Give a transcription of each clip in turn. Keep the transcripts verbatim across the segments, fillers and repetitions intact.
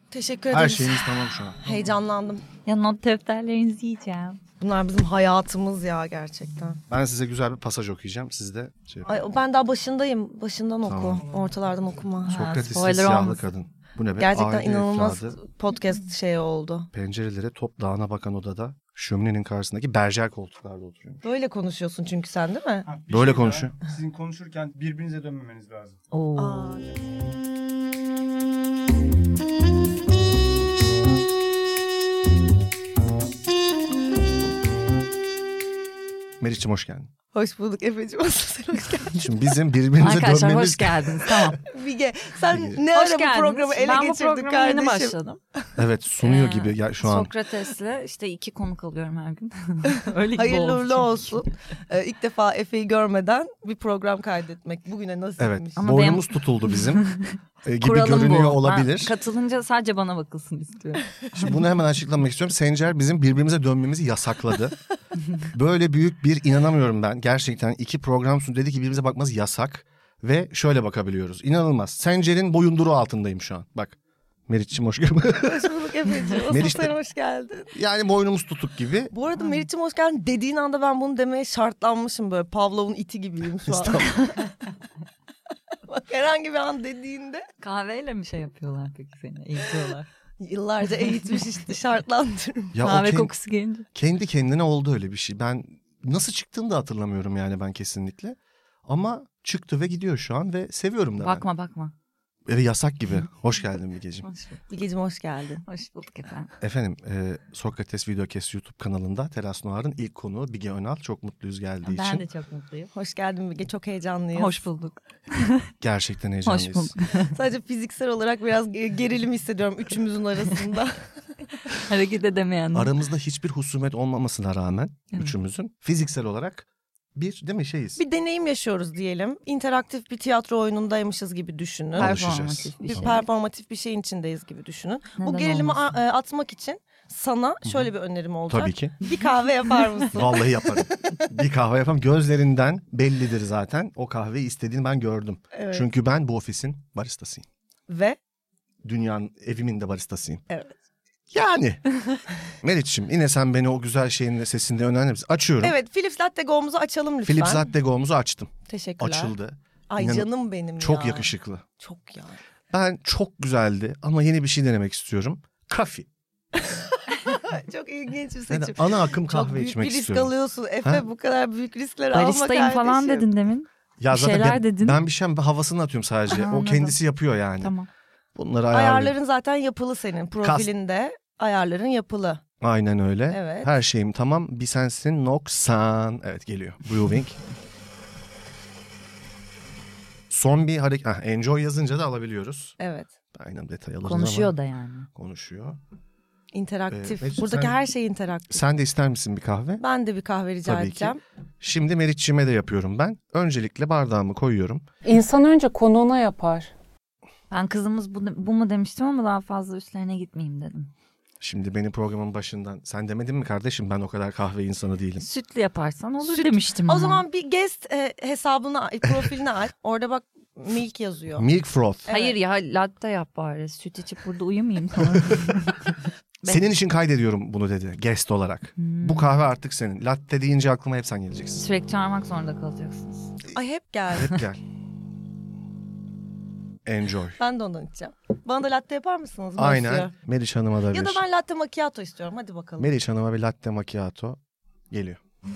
Teşekkür ederiz. Her şeyimiz tamam şu an. Heyecanlandım. Ya not defterlerinizi yiyeceğim. Bunlar bizim hayatımız ya gerçekten. Ben size güzel bir pasaj okuyacağım. Siz de şey Ay, ben daha başındayım. Başından oku. Tamam. Ortalardan okuma. Sokrates'in spoiler siyahlı olmasın. kadın. Bu ne be? Gerçekten Aile inanılmaz efradı, podcast şey oldu. pencerelere top dağına bakan odada şöminenin karşısındaki berjer koltuklarda oturuyormuş. Böyle konuşuyorsun çünkü sen değil mi? Ha, bir Böyle şey daha. konuşuyor. Sizin konuşurken birbirinize dönmemeniz lazım. Oo. Aa, Meriç'ciğim hoş geldin. hoş bulduk Efe'cim. Sen hoş geldin. Şimdi bizim birbirimize Arkadaşlar dönmemiz... hoş geldiniz. Tamam. Bilge sen Bilge. ne Hoş ara bu geldiniz. programı ele ben bu geçirdin programa kardeşim? yeni başladım. Evet sunuyor Ee, gibi ya şu an. Sokrates'le işte iki konuk alıyorum her gün. Öyle gibi Hayırlı oldu uğurlu çünkü. olsun. Ee, ilk defa Efe'yi görmeden bir program kaydetmek bugüne nasipmiş. Evet Ama boynumuz tutuldu bizim e, gibi Kuralım görünüyor bu. olabilir. Ben katılınca sadece bana bakılsın istiyorum. Şimdi bunu hemen açıklamak istiyorum. Sencer bizim birbirimize dönmemizi yasakladı. Böyle büyük bir inanamıyorum ben. Gerçekten iki program sundu dedi ki birbirimize bakmamız yasak. Ve şöyle bakabiliyoruz. İnanılmaz. Sencer'in boyunduruğu altındayım şu an. Bak. Meriç'ciğim hoş geldin. Hoş bulduk Efe'ciğim. Asıl Meriç de- sen hoş geldin. Yani boynumuz tutuk gibi. Bu arada Meriç'im hoş geldin dediğin anda ben bunu demeye şartlanmışım böyle. Pavlov'un iti gibiyim şu an. Bak herhangi bir an dediğinde Kahveyle mi şey yapıyorlar peki seni? Eğitiyorlar. yıllarca eğitmiş işte şartlandırmış. Ya o Kahve kend- kokusu gelince. kendi kendine oldu öyle bir şey. Ben nasıl çıktığını da hatırlamıyorum yani ben kesinlikle. Ama çıktı ve gidiyor şu an ve seviyorum da Bakma bakma. ben. Evet yasak gibi. Hoş geldin Bilgeciğim. Hoş bulduk. Bilgeciğim hoş geldin. Hoş bulduk efendim. Efendim e, Sokrates Videocast YouTube kanalında Teras Noir'ın ilk konuğu Bilge Önal. Çok mutluyuz geldiği için. Ben de çok mutluyum. Hoş geldin Bilge, çok heyecanlıyız. Hoş bulduk. Gerçekten heyecanlıyız. Hoş bulduk. Sadece fiziksel olarak biraz gerilim hissediyorum üçümüzün arasında. Hareket edemeyenler. Aramızda hiçbir husumet olmamasına rağmen Evet. üçümüzün fiziksel olarak bir değil mi şeyiz? Bir deneyim yaşıyoruz diyelim. İnteraktif bir tiyatro oyunundaymışız gibi düşünün. Performatif bir Bir şey. performatif bir şeyin içindeyiz gibi düşünün. Bu Neden gerilimi olmasın? a- e, atmak için sana şöyle bir önerim olacak. Tabii ki. Bir kahve yapar mısın? Vallahi yaparım. Bir kahve yapalım. Gözlerinden bellidir zaten. O kahveyi istediğini ben gördüm. Evet. Çünkü ben bu ofisin baristasıyım. Ve Dünyanın, evimin de baristasıyım. evet. Yani. Meriç'ciğim yine sen beni o güzel şeyin sesinde önerir misin? Açıyorum. Evet, Philips Latte Go'muzu açalım lütfen. Philips Latte Go'muzu açtım. Teşekkürler. Açıldı. Ay İnanın- canım benim Çok ya. yakışıklı. Çok ya. Ben çok güzeldi ama yeni bir şey denemek istiyorum. Kafi. Çok ilginç bir Yani seçim. ana akım Çok kahve büyük içmek bir risk istiyorum. alıyorsun Efe, Ha? bu kadar büyük riskler alma Baristayım kardeşim. falan dedin demin. Ya Bir zaten şeyler ben, dedin. ben bir şey havasını atıyorum sadece. Aha, o anladım. kendisi yapıyor yani. Tamam. Bunları ayarlıyor. Ayarların zaten yapılı senin. Profilinde ayarların yapılı. Aynen öyle. Evet. Her şeyim tamam. Bir sensin noksan. Evet geliyor. Brewing. Son bir hareket. Ah, enjoy yazınca da alabiliyoruz. Evet. Aynen detay alırız Konuşuyor ama. da yani. Konuşuyor. İnteraktif. Ee, Meriç, Buradaki sen- her şey interaktif. Sen de ister misin bir kahve? Ben de bir kahve rica Tabii ki. edeceğim. Şimdi Meriç'ime de yapıyorum ben. Öncelikle bardağımı koyuyorum. İnsan önce konuğuna yapar. Ben kızımız bu, bu mu demiştim ama daha fazla üstlerine gitmeyeyim dedim. Şimdi benim programın başından sen demedin mi kardeşim ben o kadar kahve insanı değilim. Sütlü yaparsan olur Süt- demiştim O ama. zaman bir guest e, hesabını, profilini aç. Orada bak milk yazıyor. Milk froth. Evet. Hayır ya latte yap bari. Süt içip burada uyumayayım sonra. Ben- Senin için kaydediyorum bunu dedi guest olarak. Hmm. Bu kahve artık senin. Latte deyince aklıma hep sen geleceksin. Sürekli çağırmak zorunda kalacaksınız. Ay hep gel. Hep gel. Enjoy. Ben de ondan içeceğim. Bana da latte yapar mısınız? Aynen. Monsieur? Meriç Hanım'a da bir. Ya da ben latte macchiato istiyorum. Hadi bakalım. Meriç Hanım'a bir latte macchiato geliyor.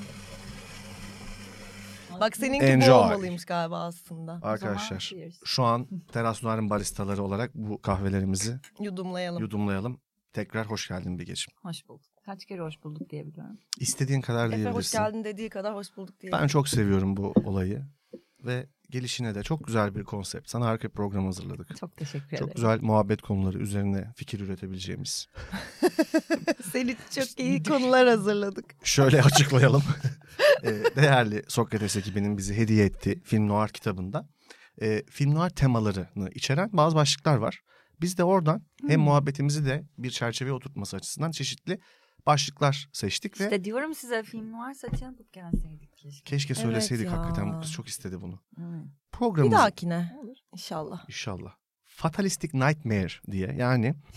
Bak seninki bu Enjoy. olmalıymış galiba aslında. Arkadaşlar cheers. şu an Teras Noir'ın baristaları olarak bu kahvelerimizi Yudumlayalım. yudumlayalım. Tekrar hoş geldin Bilgeciğim. Hoş bulduk. Kaç kere hoş bulduk diyebiliyorum. İstediğin kadar Efe hoş diyebilirsin. geldin dediği kadar hoş bulduk diye. Ben çok seviyorum bu olayı. Ve gelişine de çok güzel bir konsept. Sana harika bir program hazırladık. Çok teşekkür ederim. Çok güzel muhabbet konuları üzerine fikir üretebileceğimiz. Senin çok iyi konular hazırladık. Şöyle açıklayalım. Ee, değerli Sokrates ekibinin bizi hediye ettiği Film Noir kitabında e, film noir temalarını içeren bazı başlıklar var. Biz de oradan hem Hmm. muhabbetimizi de bir çerçeveye oturtması açısından çeşitli başlıklar seçtik ve İşte diyorum size film varsa alıp gelseydik keşke. keşke söyleseydik Evet ya. hakikaten bu kız çok istedi bunu. Evet. Bir Programımız dahakine. İnşallah. inşallah Fatalistic Nightmare diye yani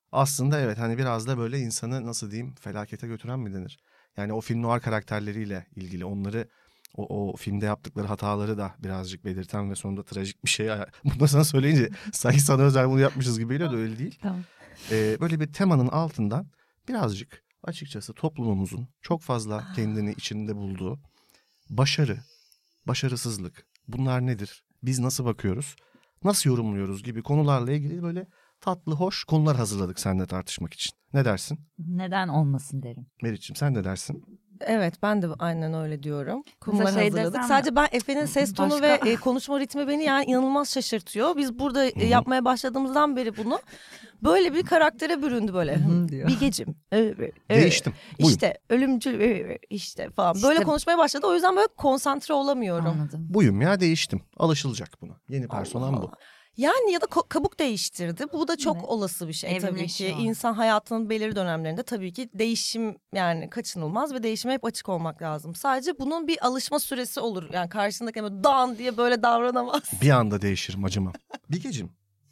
aslında evet hani biraz da böyle insanı nasıl diyeyim felakete götüren mi denir? Yani o film noir karakterleriyle ilgili onları o, o filmde yaptıkları hataları da birazcık belirten ve sonunda trajik bir şey. Bunu da sana söyleyince sanki sana özel bunu yapmışız gibi geliyor da öyle değil. Tamam. Ee, böyle bir temanın altından birazcık açıkçası toplumumuzun çok fazla kendini içinde bulduğu başarı, başarısızlık bunlar nedir? Biz nasıl bakıyoruz? Nasıl yorumluyoruz gibi konularla ilgili böyle tatlı, hoş konular hazırladık seninle tartışmak için. Ne dersin? Neden olmasın derim. Meriç'ciğim sen ne dersin? Evet ben de aynen öyle diyorum. Konuları Mesela şey hazırladık. desem Sadece ben Efe'nin ses tonu Başka- ve e, konuşma ritmi beni yani inanılmaz şaşırtıyor. Biz burada e, yapmaya başladığımızdan beri bunu böyle bir karaktere büründü böyle. Hı diyor. Bilgecim. Evet, evet. Değiştim. Buyum. İşte ölümcül evet, işte falan. Böyle İşte- konuşmaya başladı. O yüzden böyle konsantre olamıyorum. Anladım. Buyum ya değiştim. Alışılacak buna. Yeni personam bu. Yani ya da ko- kabuk değiştirdi. Bu da çok Evet. olası bir şey tabii Evrilmiş ki. şu an. İnsan hayatının belirli dönemlerinde tabii ki değişim yani kaçınılmaz ve değişime hep açık olmak lazım. Sadece bunun bir alışma süresi olur. Yani karşındaki böyle dan diye böyle davranamaz. Bir anda değişirim acımam. Bilgeciğim.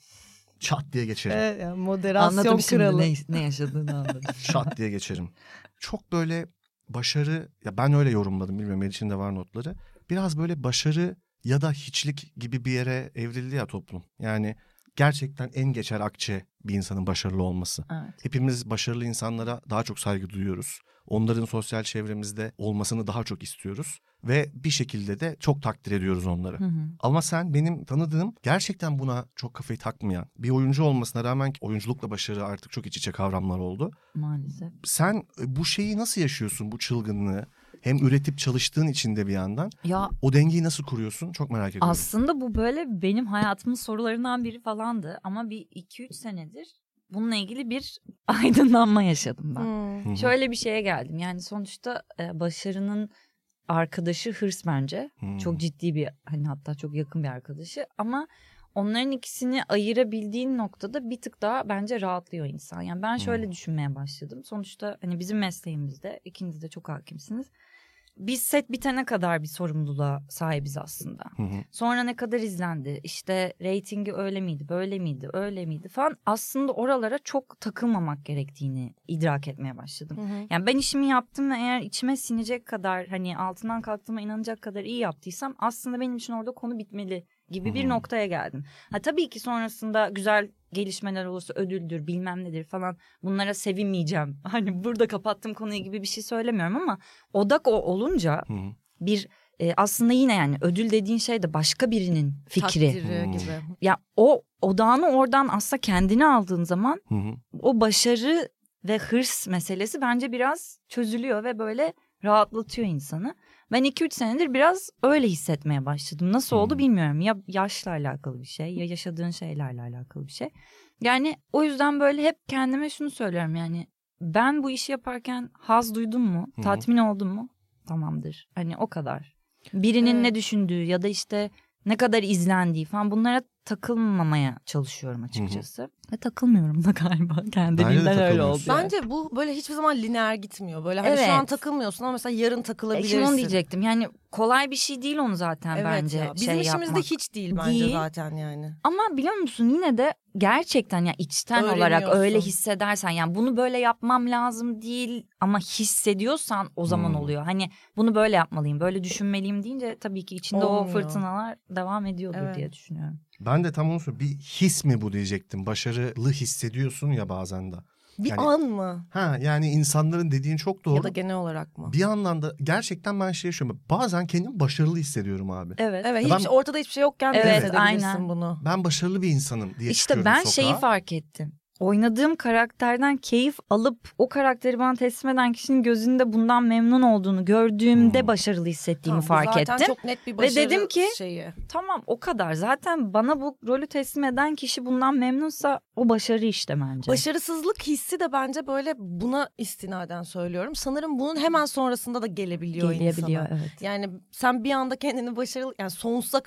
Çat diye geçerim. Evet, yani moderasyon Anladım şimdi kralı. ne, ne yaşadığını anladım. Şat diye geçerim. Çok böyle başarı ya ben öyle yorumladım bilmiyorum Meriç'in de var notları. Biraz böyle başarı ya da hiçlik gibi bir yere evrildi ya toplum. Yani gerçekten en geçer akçe bir insanın başarılı olması. Evet. Hepimiz başarılı insanlara daha çok saygı duyuyoruz. Onların sosyal çevremizde olmasını daha çok istiyoruz. Ve bir şekilde de çok takdir ediyoruz onları. Hı hı. Ama sen benim tanıdığım gerçekten buna çok kafayı takmayan bir oyuncu olmasına rağmen ki oyunculukla başarı artık çok iç içe kavramlar oldu. Maalesef. Sen bu şeyi nasıl yaşıyorsun bu çılgınlığı? Hem üretip çalıştığın içinde bir yandan Ya o dengeyi nasıl kuruyorsun çok merak ediyorum. aslında bu böyle benim hayatımın sorularından biri falandı. Ama bir iki üç senedir bununla ilgili bir aydınlanma yaşadım ben. Hmm. Hı hı. Şöyle bir şeye geldim. Yani sonuçta e, başarının arkadaşı hırs bence. Hı. Çok ciddi bir hani hatta çok yakın bir arkadaşı. Ama onların ikisini ayırabildiğin noktada bir tık daha bence rahatlıyor insan. Yani ben şöyle düşünmeye başladım. Sonuçta hani bizim mesleğimizde ikiniz de çok hakimsiniz. Biz set bitene kadar bir sorumluluğa sahibiz aslında. Hı hı. Sonra ne kadar izlendi, işte reytingi öyle miydi, böyle miydi, öyle miydi falan. Aslında oralara çok takılmamak gerektiğini idrak etmeye başladım. Hı hı. Yani ben işimi yaptım ve eğer içime sinecek kadar hani altından kalktığıma inanacak kadar iyi yaptıysam aslında benim için orada konu bitmeli gibi bir Hmm. noktaya geldim. Ha tabii ki sonrasında güzel gelişmeler olursa ödüldür bilmem nedir falan bunlara sevinmeyeceğim. Hani burada kapattım konuyu gibi bir şey söylemiyorum ama odak o olunca Hı hı. bir e, aslında yine yani ödül dediğin şey de başka birinin fikri. Takdiri Hmm. gibi. Ya o odağını oradan aslında kendine aldığın zaman Hı hı. o başarı ve hırs meselesi bence biraz çözülüyor ve böyle rahatlatıyor insanı. Ben iki üç senedir biraz öyle hissetmeye başladım. Nasıl oldu Hmm. bilmiyorum. Ya yaşla alakalı bir şey ya yaşadığın şeylerle alakalı bir şey. Yani o yüzden böyle hep kendime şunu söylüyorum yani ben bu işi yaparken haz duydum mu? Hı hı. Tatmin oldum mu? Tamamdır. Hani o kadar. Birinin Evet. ne düşündüğü ya da işte ne kadar izlendiği falan bunlara takılmamaya çalışıyorum açıkçası. Ve takılmıyorum da galiba Bence de kendiliğinden öyle oldu. takılmıyorsun. yani. Bence bu böyle hiçbir zaman lineer gitmiyor. Böyle hani Evet. şu an takılmıyorsun ama mesela yarın E takılabilirsin. şimdi onu diyecektim. Yani kolay bir şey değil onu zaten Evet bence ya. Bizim şey işimizde yapmak. hiç değil bence Değil. zaten yani. Ama biliyor musun yine de gerçekten ya içten olarak Öğreniyorsun. öyle hissedersen yani bunu böyle yapmam lazım değil ama hissediyorsan o zaman Hmm. oluyor. Hani bunu böyle yapmalıyım, böyle düşünmeliyim deyince tabii ki içinde Olmuyor. o fırtınalar devam ediyordur Evet. diye düşünüyorum. Ben de tam onu söylüyorum. Bir his mi bu diyecektim. Başarılı hissediyorsun ya bazen de. Bir Yani- an mı? Ha yani insanların dediğin çok doğru. Ya da genel olarak mı? Bir yandan da gerçekten ben şey yaşıyorum. Bazen kendimi başarılı hissediyorum abi. Evet. Evet Ya hiç ben- şey- ortada hiçbir şey yokken de Evet, hissedebilirsin aynen. bunu. Ben başarılı bir insanım diye İşte çıkıyorum ben sokağa. şeyi fark ettim. Oynadığım karakterden keyif alıp o karakteri bana teslim eden kişinin gözünde bundan memnun olduğunu gördüğümde Hmm. başarılı hissettiğimi Tamam, bu fark zaten ettim. çok net bir Ve başarı dedim ki- şeyi. Tamam o kadar. Zaten bana bu rolü teslim eden kişi bundan memnunsa o başarı işte bence. Başarısızlık hissi de bence böyle buna istinaden söylüyorum. Sanırım bunun hemen sonrasında da gelebiliyor, Gelebiliyor insana. evet. Yani sen bir anda kendini başarılı yani sonsuza kadar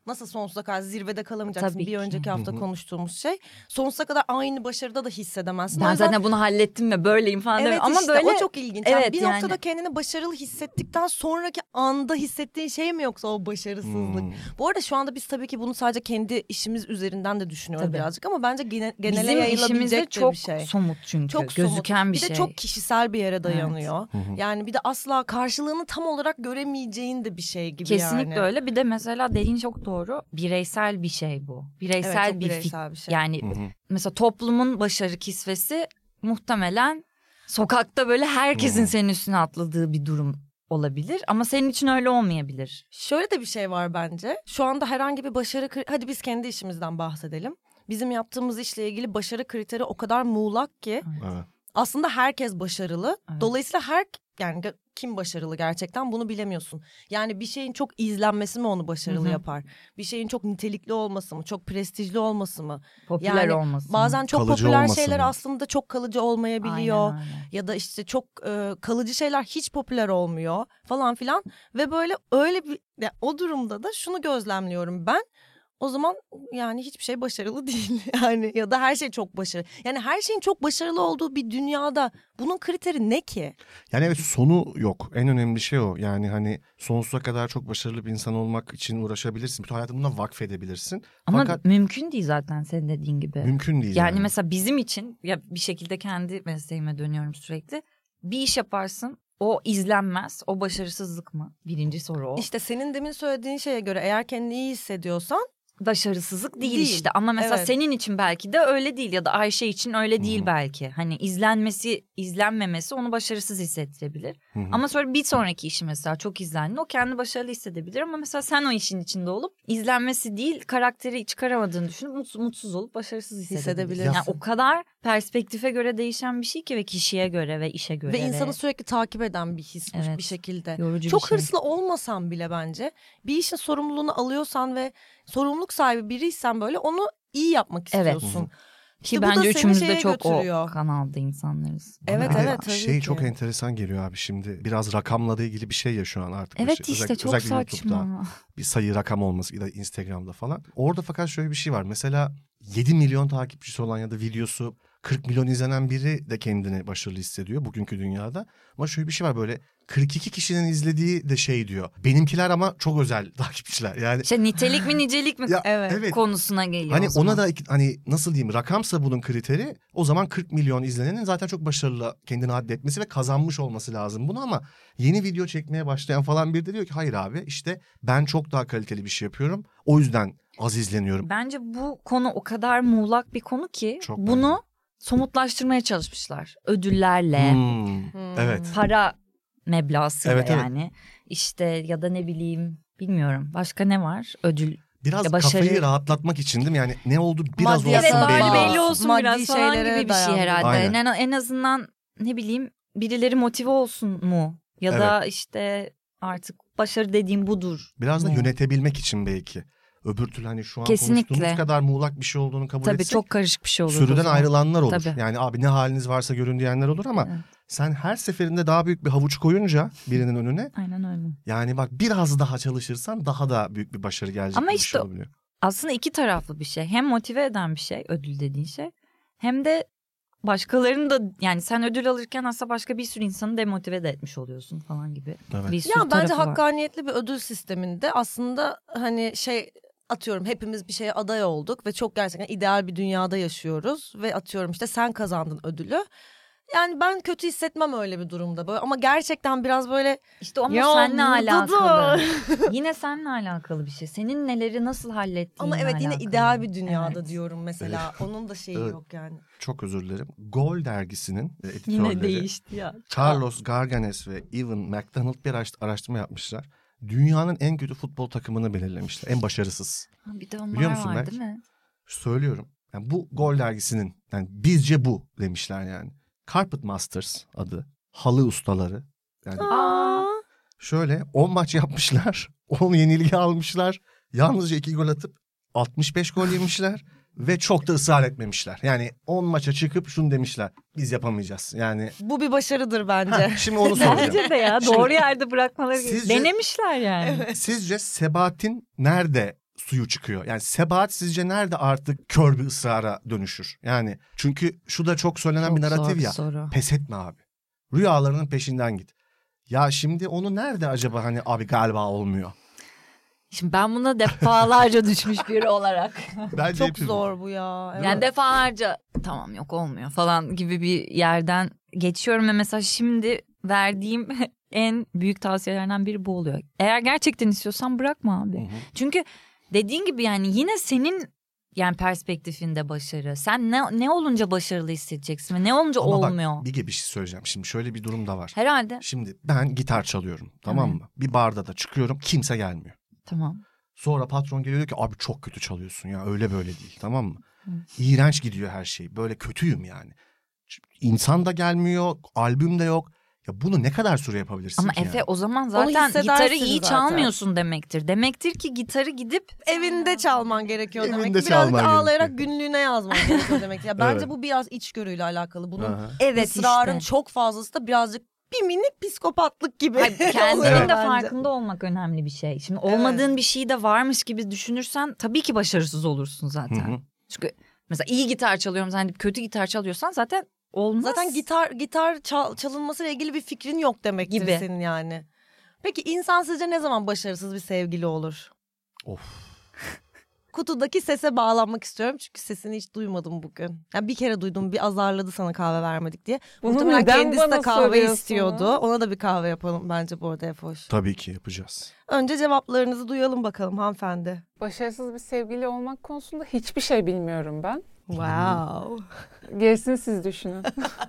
nasıl sonsuza kadar zirvede kalamayacaksın. Tabii bir ki. önceki hafta Hı hı. konuştuğumuz şey. Sonsuza kadar aynı başarıda da hissedemezsin. O Ben yüzden- zaten bunu hallettim ve böyleyim falan Evet demiyorum. Ama işte böyle o çok ilginç. Yani evet bir yani. noktada kendini başarılı hissettikten sonraki anda hissettiğin şey mi yoksa o başarısızlık? Hmm. Bu arada şu anda biz tabii ki bunu sadece kendi işimiz üzerinden de düşünüyoruz Tabii. birazcık ama bence gene, genele bizim işimizde yayılabilecek de çok bir şey. somut çünkü. Çok gözüken somut. bir, bir şey. de çok kişisel bir yere dayanıyor. Hı hı. Yani bir de asla karşılığını tam olarak göremeyeceğin de bir şey gibi Kesinlikle yani. öyle. Bir de mesela dediğin çok doğru. Bireysel bir şey bu. Bireysel Evet, çok bir bireysel fik- bir şey. Yani Hı hı. mesela toplumun başarı kisvesi muhtemelen sokakta böyle herkesin Hı hı. senin üstüne atladığı bir durum olabilir. Ama senin için öyle olmayabilir. Şöyle de bir şey var bence. Şu anda herhangi bir başarı... kri- Hadi biz kendi işimizden bahsedelim. Bizim yaptığımız işle ilgili başarı kriteri o kadar muğlak ki Evet. aslında herkes başarılı. Evet. Dolayısıyla her yani ge- kim başarılı gerçekten bunu bilemiyorsun. Yani bir şeyin çok izlenmesi mi onu başarılı Hı hı. yapar? Bir şeyin çok nitelikli olması mı? Çok prestijli olması mı? Popüler Yani olması. Bazen çok Kalıcı popüler olması şeyler mı? aslında çok kalıcı olmayabiliyor. Aynen öyle. Ya da işte çok e, kalıcı şeyler hiç popüler olmuyor falan filan. Ve böyle öyle bir ya o durumda da şunu gözlemliyorum ben. O zaman yani hiçbir şey başarılı değil yani ya da her şey çok başarılı. Yani her şeyin çok başarılı olduğu bir dünyada bunun kriteri ne ki? Yani evet sonu yok. En önemli şey o. Yani hani sonsuza kadar çok başarılı bir insan olmak için uğraşabilirsin. Bütün hayatını buna vakfedebilirsin. Ama Fakat mümkün değil zaten senin dediğin gibi. mümkün değil. Yani, Yani, mesela bizim için ya bir şekilde kendi mesleğime dönüyorum sürekli. Bir iş yaparsın, o izlenmez. O başarısızlık mı? Birinci soru o. İşte senin demin söylediğin şeye göre eğer kendini iyi hissediyorsan Başarısızlık değil, Değil. işte ama mesela Evet. senin için belki de öyle değil ya da Ayşe için öyle değil Hı hı. belki. Hani izlenmesi, izlenmemesi onu başarısız hissettirebilir. Hı hı. Ama sonra bir sonraki işi mesela çok izlendi. O kendi başarılı hissedebilir ama mesela sen o işin içinde olup izlenmesi değil karakteri çıkaramadığını düşünüp mutsuz, mutsuz olup başarısız hissedebilir. Hissedebilirsin. Yani o kadar perspektife göre değişen bir şey ki ve kişiye göre ve işe göre. ve insanı sürekli takip eden bir hismiş Evet. bir şekilde. yorucu Çok bir şey. hırslı olmasan bile bence bir işin sorumluluğunu alıyorsan ve sorumluluk sahibi biriysen böyle onu iyi yapmak Evet. istiyorsun. Ki İşte bu da bence seni üçümüz de şeye çok götürüyor. o kanalda insanlarız. Evet, Bir de evet, tabii Şey ki. çok enteresan geliyor abi şimdi. Biraz rakamla da ilgili bir şey ya şu an artık. bu Evet şey. işte Özellikle- çok özellikle YouTube'da. saçma. Bir sayı rakam olması ya da Instagram'da falan. Orada fakat şöyle bir şey var. Mesela yedi milyon takipçisi olan ya da videosu kırk milyon izlenen biri de kendini başarılı hissediyor bugünkü dünyada. Ama şöyle bir şey var böyle kırk iki kişinin izlediği de şey diyor. Benimkiler ama çok özel takipçiler. Yani İşte nitelik mi nicelik mi Ya, evet. evet. konusuna geliyor Hani o zaman. ona da iki- hani nasıl diyeyim rakamsa bunun kriteri o zaman kırk milyon izlenenin zaten çok başarılı kendini addetmesi ve kazanmış olması lazım bunu ama yeni video çekmeye başlayan falan biri de diyor ki hayır abi işte ben çok daha kaliteli bir şey yapıyorum o yüzden az izleniyorum. Bence bu konu o kadar muğlak bir konu ki Çok bunu somutlaştırmaya çalışmışlar. Ödüllerle, Hmm, Hmm. Evet. para meblağıyla Evet, evet. yani. İşte ya da ne bileyim bilmiyorum. Başka ne var? Ödül. Biraz Ya başarı- kafayı rahatlatmak için değil mi? Yani ne oldu biraz Maddiyata olsun Evet Aslında bari belli, belli belli olsun. olsun Maddi biraz falan şeylere gibi bir şey dayandı. herhalde. Aynen. En, en azından ne bileyim birileri motive olsun mu? Ya da işte artık başarı dediğim budur. Biraz da mu? yönetebilmek için belki. Öbür türlü hani şu an Kesinlikle. konuştuğumuz kadar muğlak bir şey olduğunu kabul Tabii etsek çok karışık bir şey olur. o sürüden zaman. ayrılanlar olur. Tabii. Yani abi ne haliniz varsa görün diyenler olur ama Evet. sen her seferinde daha büyük bir havuç koyunca birinin önüne Aynen öyle. yani bak biraz daha çalışırsan daha da büyük bir başarı gelecek Ama bir işte şey olabiliyor. Aslında iki taraflı bir şey. Hem motive eden bir şey ödül dediğin şey. Hem de başkalarını da yani sen ödül alırken aslında başka bir sürü insanı demotive de etmiş oluyorsun falan gibi. Evet. Bir sürü Ya bence tarafı var. hakkaniyetli bir ödül sisteminde aslında hani şey atıyorum hepimiz bir şeye aday olduk ve çok gerçekten ideal bir dünyada yaşıyoruz ve atıyorum işte sen kazandın ödülü. Yani ben kötü hissetmem öyle bir durumda böyle ama gerçekten biraz böyle İşte ama Ya seninle burada da- alakalı. Yine seninle alakalı bir şey. Senin neleri nasıl hallettiğinle ama evet yine alakalı. ideal bir dünyada Evet. diyorum mesela. Onun da şeyi Evet. yok yani. Çok özür dilerim. Gol dergisinin e, Yine editörleri değişti ya. Carlos Garganes ve Evan McDonald bir araş- araştırma yapmışlar. Dünyanın en kötü futbol takımını belirlemişler. En başarısız. Ha, bir de onlar Biliyor musun var Berk? değil mi? Söylüyorum. Yani bu Gol dergisinin yani bizce bu demişler yani. Carpet Masters adı. Halı ustaları. Yani Aa. şöyle on maç yapmışlar. on yenilgi almışlar. Yalnızca iki gol atıp altmış beş gol yemişler. Ve çok da ısrar etmemişler. Yani on maça çıkıp şunu demişler. Biz yapamayacağız. Yani Bu bir başarıdır bence. Heh, şimdi onu soracağım. Bence de ya doğru yerde bırakmaları gerekiyor. Sizce- Denemişler yani. Sizce Sebahattin nerede suyu çıkıyor. Yani sebat sizce nerede artık kör bir ısrara dönüşür? Yani çünkü şu da çok söylenen Çok bir narratif zor bir ya. soru. Pes etme abi. Rüyalarının peşinden git. Ya şimdi onu nerede acaba hani abi galiba olmuyor. Şimdi ben buna defalarca düşmüş biri olarak. Bence Çok hepimiz. zor bu ya. Evet. Yani defalarca tamam yok olmuyor falan gibi bir yerden geçiyorum ve mesela şimdi verdiğim en büyük tavsiyelerden biri bu oluyor. Eğer gerçekten istiyorsan bırakma abi. Hı hı. Çünkü dediğin gibi yani yine senin yani perspektifinde başarı. Sen ne ne olunca başarılı hissedeceksin ve ne olunca Ama olmuyor. bak bir bir şey söyleyeceğim. Şimdi şöyle bir durum da var. Herhalde. Şimdi ben gitar çalıyorum, tamam Evet. mı? Bir barda da çıkıyorum, kimse gelmiyor. Tamam. Sonra patron geliyor diyor ki abi çok kötü çalıyorsun ya, öyle böyle değil, tamam mı? Hı. İğrenç gidiyor her şey, böyle kötüyüm yani. İnsan da gelmiyor, albüm de yok. Ya bunu ne kadar süre yapabilirsin Ama ki Efe yani? o zaman zaten hissedersin gitarı iyi zaten. çalmıyorsun demektir. Demektir ki gitarı gidip Evinde çalman gerekiyor Evinde demek. Birazcık çalman ağlayarak gerekiyor. günlüğüne yazman gerekiyor demek. Ya bence Evet. bu biraz içgörüyle alakalı. Bunun Aha. evet ısrarın işte. çok fazlası da birazcık bir mini psikopatlık gibi. Hayır, kendinin oluyor de bence. farkında olmak önemli bir şey. Şimdi olmadığın bir şey de varmış gibi düşünürsen tabii ki başarısız olursun zaten. Hı hı. Çünkü mesela iyi gitar çalıyorum zannedip kötü gitar çalıyorsan zaten olmaz. Zaten gitar gitar çal, çalınmasıyla ilgili bir fikrin yok demektir Gibi. senin yani. Peki insan sizce ne zaman başarısız bir sevgili olur? Of. Kutudaki sese bağlanmak istiyorum çünkü sesini hiç duymadım bugün. Yani bir kere duydum, bir azarladı sana kahve vermedik diye. Bunu Muhtemelen neden kendisi de bana kahve soruyorsunuz? istiyordu. Ona da bir kahve yapalım bence bu arada Efoş. Tabii ki yapacağız. Önce cevaplarınızı duyalım bakalım hanımefendi. Başarısız bir sevgili olmak konusunda hiçbir şey bilmiyorum ben. Wow. Gerisini siz düşünün.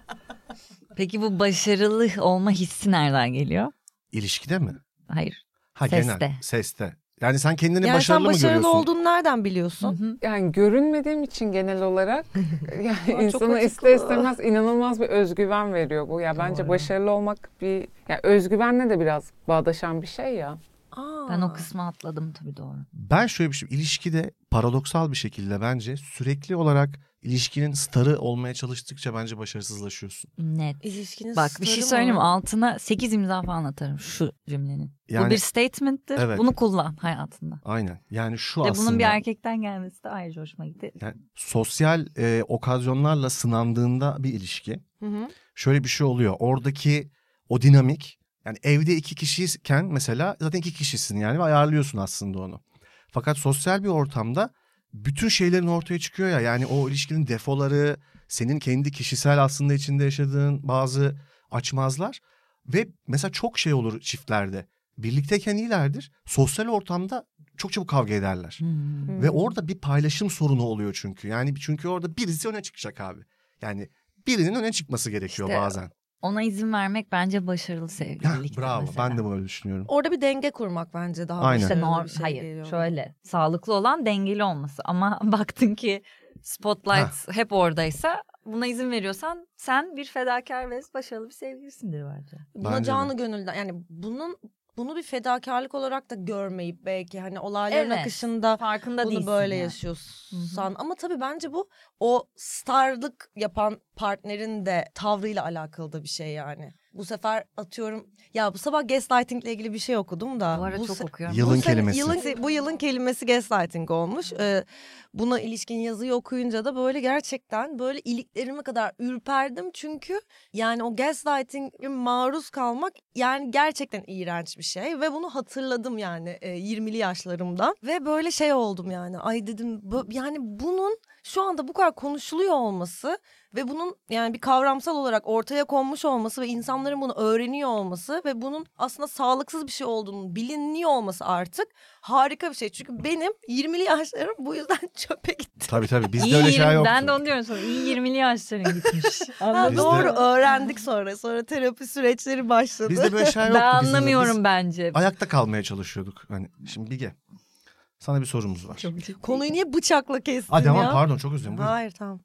Peki bu başarılı olma hissi nereden geliyor? İlişkide mi? Hayır. Ha Seste. genel. Seste. Yani sen kendini Yani başarılı sen mı başarılı görüyorsun? olduğunu nereden biliyorsun? Yani görünmediğim için genel olarak yani Aa, çok insana acıklı. ister istemez inanılmaz bir özgüven veriyor bu. Ya bence Doğru. başarılı olmak bir ya özgüvenle de biraz bağdaşan bir şey ya. Aa. Ben o kısmı atladım tabii doğru. Ben şöyle bir şey, ilişkide paradoksal bir şekilde bence sürekli olarak ilişkinin starı olmaya çalıştıkça bence başarısızlaşıyorsun. Net. İlişkiniz Bak bir şey sarı söyleyeyim mi? mı? Altına sekiz imza falan atarım şu cümlenin. Yani Bu bir statement'tir. evet. Bunu kullan hayatında. aynen. Yani şu Ve aslında. bunun bir erkekten gelmesi de ayrıca hoşuma gitti. Yani sosyal e, okazyonlarla sınandığında bir ilişki. Hı hı. Şöyle bir şey oluyor. Oradaki o dinamik, yani evde iki kişiyken mesela zaten iki kişisin yani ve ayarlıyorsun aslında onu. Fakat sosyal bir ortamda bütün şeylerin ortaya çıkıyor ya, yani o ilişkinin defoları, senin kendi kişisel aslında içinde yaşadığın bazı açmazlar ve mesela çok şey olur çiftlerde. Birlikteyken iyilerdir. Sosyal ortamda çok çabuk kavga ederler. Hmm. Ve orada bir paylaşım sorunu oluyor çünkü. Yani çünkü orada birisi öne çıkacak abi. Yani birinin öne çıkması gerekiyor İşte bazen. Ona izin vermek bence başarılı sevgililik. Heh, bravo. mesela. Ben de böyle düşünüyorum. Orada bir denge kurmak bence daha Aynen. İşte başarılı norm, bir şey hayır geliyor. şöyle sağlıklı olan dengeli olması ama baktın ki spotlight hep oradaysa buna izin veriyorsan sen bir fedakar ve başarılı bir sevgilisindir bence. Buna Bence de. canı gönülden yani bunun bunu bir fedakarlık olarak da görmeyip belki hani olayların Evet. akışında Farkında bunu değilsin böyle yani. yaşıyorsan ama tabii bence bu o starlık yapan partnerin de tavrıyla alakalı da bir şey yani. Bu sefer atıyorum ya bu sabah gaslighting ile ilgili bir şey okudum da. Bu ara bu çok se- okuyorum. Yılın bu sene- kelimesi. Yılın, bu yılın kelimesi gaslighting olmuş. Ee, buna ilişkin yazıyı okuyunca da böyle gerçekten böyle iliklerime kadar ürperdim. Çünkü yani o gaslighting'e maruz kalmak yani gerçekten iğrenç bir şey. Ve bunu hatırladım yani e, yirmili yaşlarımdan. Ve böyle şey oldum yani ay dedim bu, yani bunun şu anda bu kadar konuşuluyor olması ve bunun yani bir kavramsal olarak ortaya konmuş olması ve insanların bunu öğreniyor olması ve bunun aslında sağlıksız bir şey olduğunu biliniyor olması artık harika bir şey. Çünkü benim yirmili yaşlarım bu yüzden çöpe gitti. Tabii tabii. Bizde İyi öyle şey yirmi yoktu. Ben de onu diyorum sana. İyi yirmili yaşların gitmiş. Ha, Anladın Bizde- mı? doğru öğrendik sonra. Sonra terapi süreçleri başladı. Bizde böyle şey yoktu. Ben Bizim de anlamıyorum biz bence. ayakta kalmaya çalışıyorduk. Hani şimdi Bige, sana bir sorumuz var. Çok ciddi. Konuyu niye bıçakla kestin Hadi ya? ama pardon, çok özür dilerim. Buyurun. Hayır tamam.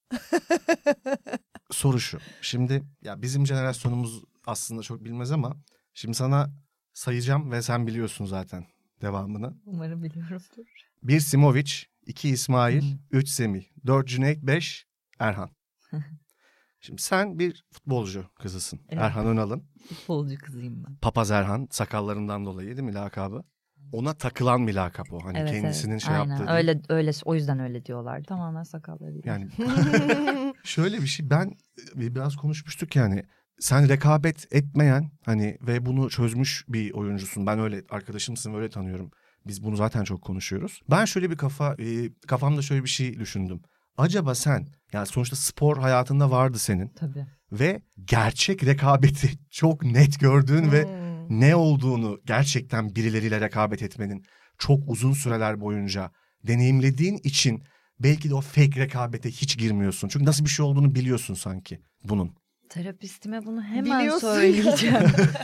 Soru şu. Şimdi ya bizim jenerasyonumuz aslında çok bilmez ama şimdi sana sayacağım ve sen biliyorsun zaten devamını. Umarım biliyorumdur. Bir Simovic, iki İsmail, üç Semih, dört Cüneyt, beş Erhan. Şimdi sen bir futbolcu kızısın. Evet. Erhan Önal'ın. Futbolcu kızıyım ben. Papaz Erhan, sakallarından dolayı değil mi lakabı? Ona takılan bir lakap o. Hani Evet, kendisinin evet. şey Aynen. yaptığı. değil. Öyle öyle o yüzden öyle diyorlar. Tamamen sakalları değil. Yani şöyle bir şey, ben biraz konuşmuştuk yani. Sen rekabet etmeyen hani ve bunu çözmüş bir oyuncusun. Ben öyle, arkadaşımsın, öyle tanıyorum. Biz bunu zaten çok konuşuyoruz. Ben şöyle bir kafa e, kafamda şöyle bir şey düşündüm. Acaba sen, yani sonuçta spor hayatında vardı senin Tabii. ve gerçek rekabeti çok net gördüğün ve Hmm. ne olduğunu, gerçekten birileriyle rekabet etmenin çok uzun süreler boyunca deneyimlediğin için belki de o fake rekabete hiç girmiyorsun. Çünkü nasıl bir şey olduğunu biliyorsun sanki bunun. Terapistime bunu hemen Biliyorsun. söyleyeceğim.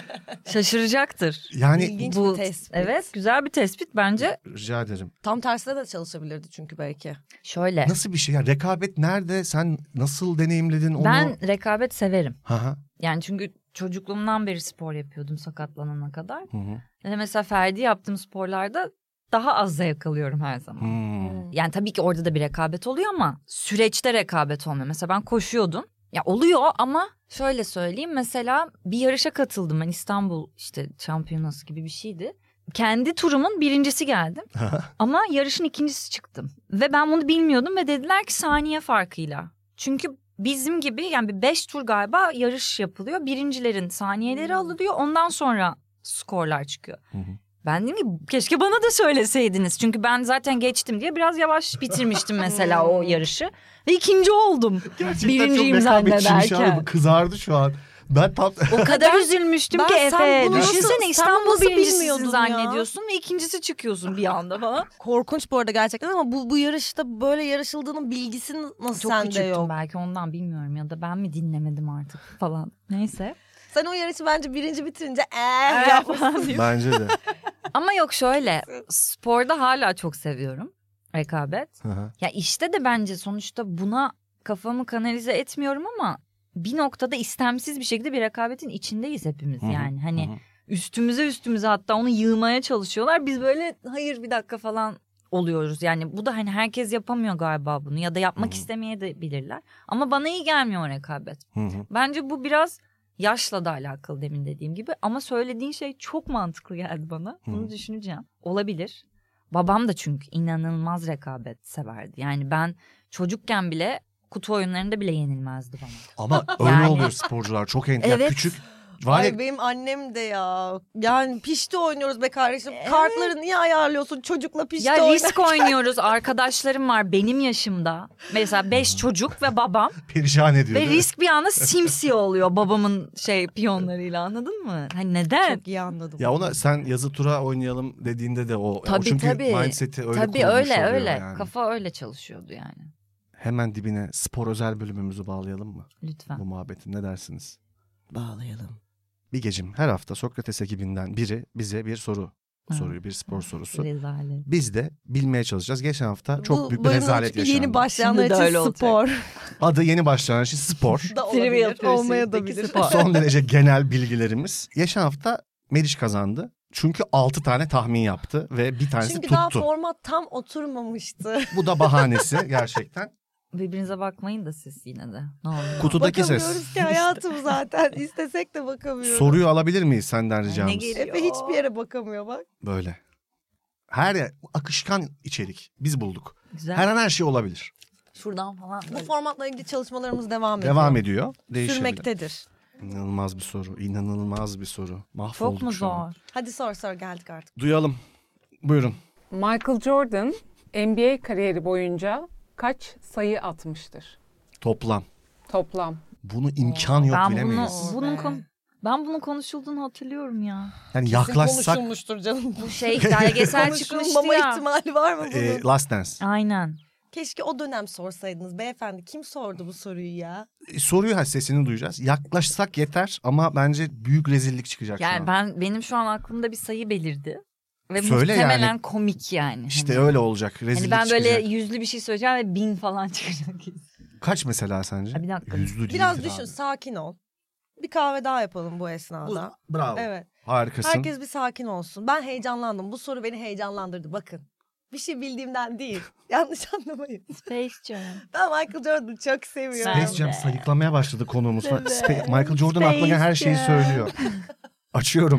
Şaşıracaktır. Yani İlginç Bu bir tespit. evet, güzel bir tespit bence. rica ederim. Tam tersine de çalışabilirdi çünkü belki. Şöyle. Nasıl bir şey ya? Rekabet nerede? Sen nasıl deneyimledin onu? Ben rekabet severim. Hı hı. Yani çünkü çocukluğumdan beri spor yapıyordum sakatlanana kadar. Hı hı. Ve mesela Ferdi yaptığım sporlarda daha az zevk alıyorum her zaman. Hmm. Yani tabii ki orada da bir rekabet oluyor ama süreçte rekabet olmuyor. Mesela ben koşuyordum. Ya oluyor ama şöyle söyleyeyim, mesela bir yarışa katıldım ben, İstanbul işte şampiyonası gibi bir şeydi. Kendi turumun birincisi geldim ama yarışın ikincisi çıktım. Ve ben bunu bilmiyordum ve dediler ki saniye farkıyla. Çünkü bizim gibi yani bir beş tur galiba yarış yapılıyor. Birincilerin saniyeleri alınıyor, ondan sonra skorlar çıkıyor. Hı hı. Ben dedim ki keşke bana da söyleseydiniz. Çünkü ben zaten geçtim diye biraz yavaş bitirmiştim mesela o yarışı. Ve ikinci oldum. Gerçekten Birinciyim çok rekabetçiymiş zannederken. abi. Kızardı şu an. Ben tam... O kadar üzülmüştüm ben ki sen Efe. bunu nasıl- Düşünsene sen İstanbul bunu nasıl birincisisin bilmiyordun ya? zannediyorsun ve ikincisi çıkıyorsun bir anda falan. Korkunç bu arada gerçekten ama bu bu yarışta böyle yarışıldığının bilgisi nasıl Çok sende küçüktüm yok? belki ondan, bilmiyorum, ya da ben mi dinlemedim artık falan. Neyse. Sen o yarışı bence birinci bitirince eee yapmışsın. Bence de. Ama yok, şöyle sporda hala çok seviyorum rekabet. Hı hı. Ya işte de bence sonuçta buna kafamı kanalize etmiyorum ama bir noktada istemsiz bir şekilde bir rekabetin içindeyiz hepimiz. Hı hı, Yani hani hı hı. üstümüze üstümüze hatta onu yığmaya çalışıyorlar. Biz böyle hayır bir dakika falan oluyoruz. Yani bu da hani herkes yapamıyor galiba bunu ya da yapmak Hı hı. istemeye de bilirler. Ama bana iyi gelmiyor o rekabet. Hı hı. Bence bu biraz yaşla da alakalı, demin dediğim gibi. Ama söylediğin şey çok mantıklı geldi bana. Bunu Hı. düşüneceğim. Olabilir. Babam da çünkü inanılmaz rekabet severdi. Yani ben çocukken bile kutu oyunlarında bile yenilmezdi bana. Ama öyle Yani- oluyor sporcular. Çok en... Ya Evet. küçük... Var ya... Ay benim annem de ya. Yani pişti oynuyoruz be kardeşim. Kartları niye ayarlıyorsun çocukla pişti Ya oynar. risk oynuyoruz. Arkadaşlarım var benim yaşımda. Mesela beş çocuk ve babam. Perişan ediyor. Ve değil mi? risk bir anda simsiyah oluyor babamın şey piyonlarıyla, anladın mı? Hani neden? Çok iyi anladım. Ya ona sen yazı tura oynayalım dediğinde de o. Tabii, o çünkü tabii. mindset'i öyle Tabii kurulmuş öyle oluyor öyle. yani. Kafa öyle çalışıyordu yani. Hemen dibine spor özel bölümümüzü bağlayalım mı? Lütfen. Bu muhabbetin ne dersiniz? Bağlayalım. Bigeciğim, her hafta Sokrates ekibinden biri bize bir soru Ha. soruyor, bir spor sorusu. Rezalet. Biz de bilmeye çalışacağız. Geçen hafta çok Bu büyük bir bölümün rezalet çünkü yaşandı. yeni başlayanlar Şimdi de öyle için olacak. spor Adı yeni başlayan şey spor. da Trivial olabilir. Pursuit'teki Olmaya da bilir. spor. Son derece genel bilgilerimiz. Geçen hafta Meriç kazandı. Çünkü altı tane tahmin yaptı ve bir tanesi Çünkü tuttu. daha format tam oturmamıştı. Bu da bahanesi gerçekten. Birbirinize bakmayın da siz yine de. Ne olur. Kutudaki ses. Bakamıyoruz ki hayatım zaten. İstesek de bakamıyoruz. Soruyu alabilir miyiz senden Ne ricamız? geliyor? Efe hiçbir yere bakamıyor bak. Böyle. Her yer akışkan içerik. Biz bulduk. Güzel. Her an her şey olabilir. Şuradan falan. Bu formatla ilgili çalışmalarımız devam ediyor. Devam ediyor. Değişebilir. Sürmektedir. İnanılmaz bir soru. İnanılmaz bir soru. Mahvolduk Çok mu şu an. zor? Hadi sor sor geldik artık. Duyalım. Buyurun. Michael Jordan N B A kariyeri boyunca kaç sayı atmıştır? Toplam. Toplam. Bunu imkan yok Ben bunu, bilemeyiz. bunun Be. kon- ben bunun konuşulduğunu hatırlıyorum ya. Yani Kesin yaklaşsak konuşulmuştur canım. Bu şey belgesel çıkmıştı Konuşulmama ya. ihtimali var mı bunun? e, Last Dance. Aynen. Keşke o dönem sorsaydınız beyefendi. Kim sordu bu soruyu ya? E, soruyu ha sesini duyacağız. Yaklaşsak yeter ama bence büyük rezillik çıkacak şu Yani an. ben benim şu an aklımda bir sayı belirdi. Ve Söyle muhtemelen yani. komik yani. İşte Hani- öyle olacak. Rezillik Hani ben böyle çıkacak. yüzlü bir şey söyleyeceğim ve bin falan çıkacak. Kaç mesela sence? Ha, bir dakika. Yüzlü değildir Biraz düşün abi. sakin ol. Bir kahve daha yapalım bu esnada. Bravo. Evet. Harikasın. Herkes bir sakin olsun. Ben heyecanlandım. Bu soru beni heyecanlandırdı. Bakın. Bir şey bildiğimden değil. Yanlış anlamayın. Space Jam. Ben Michael Jordan'ı çok seviyorum. Space Jam sayıklamaya başladı konuğumuz. Evet. Spa- Michael Jordan aklına gelen her şeyi Space Jam. söylüyor. Açıyorum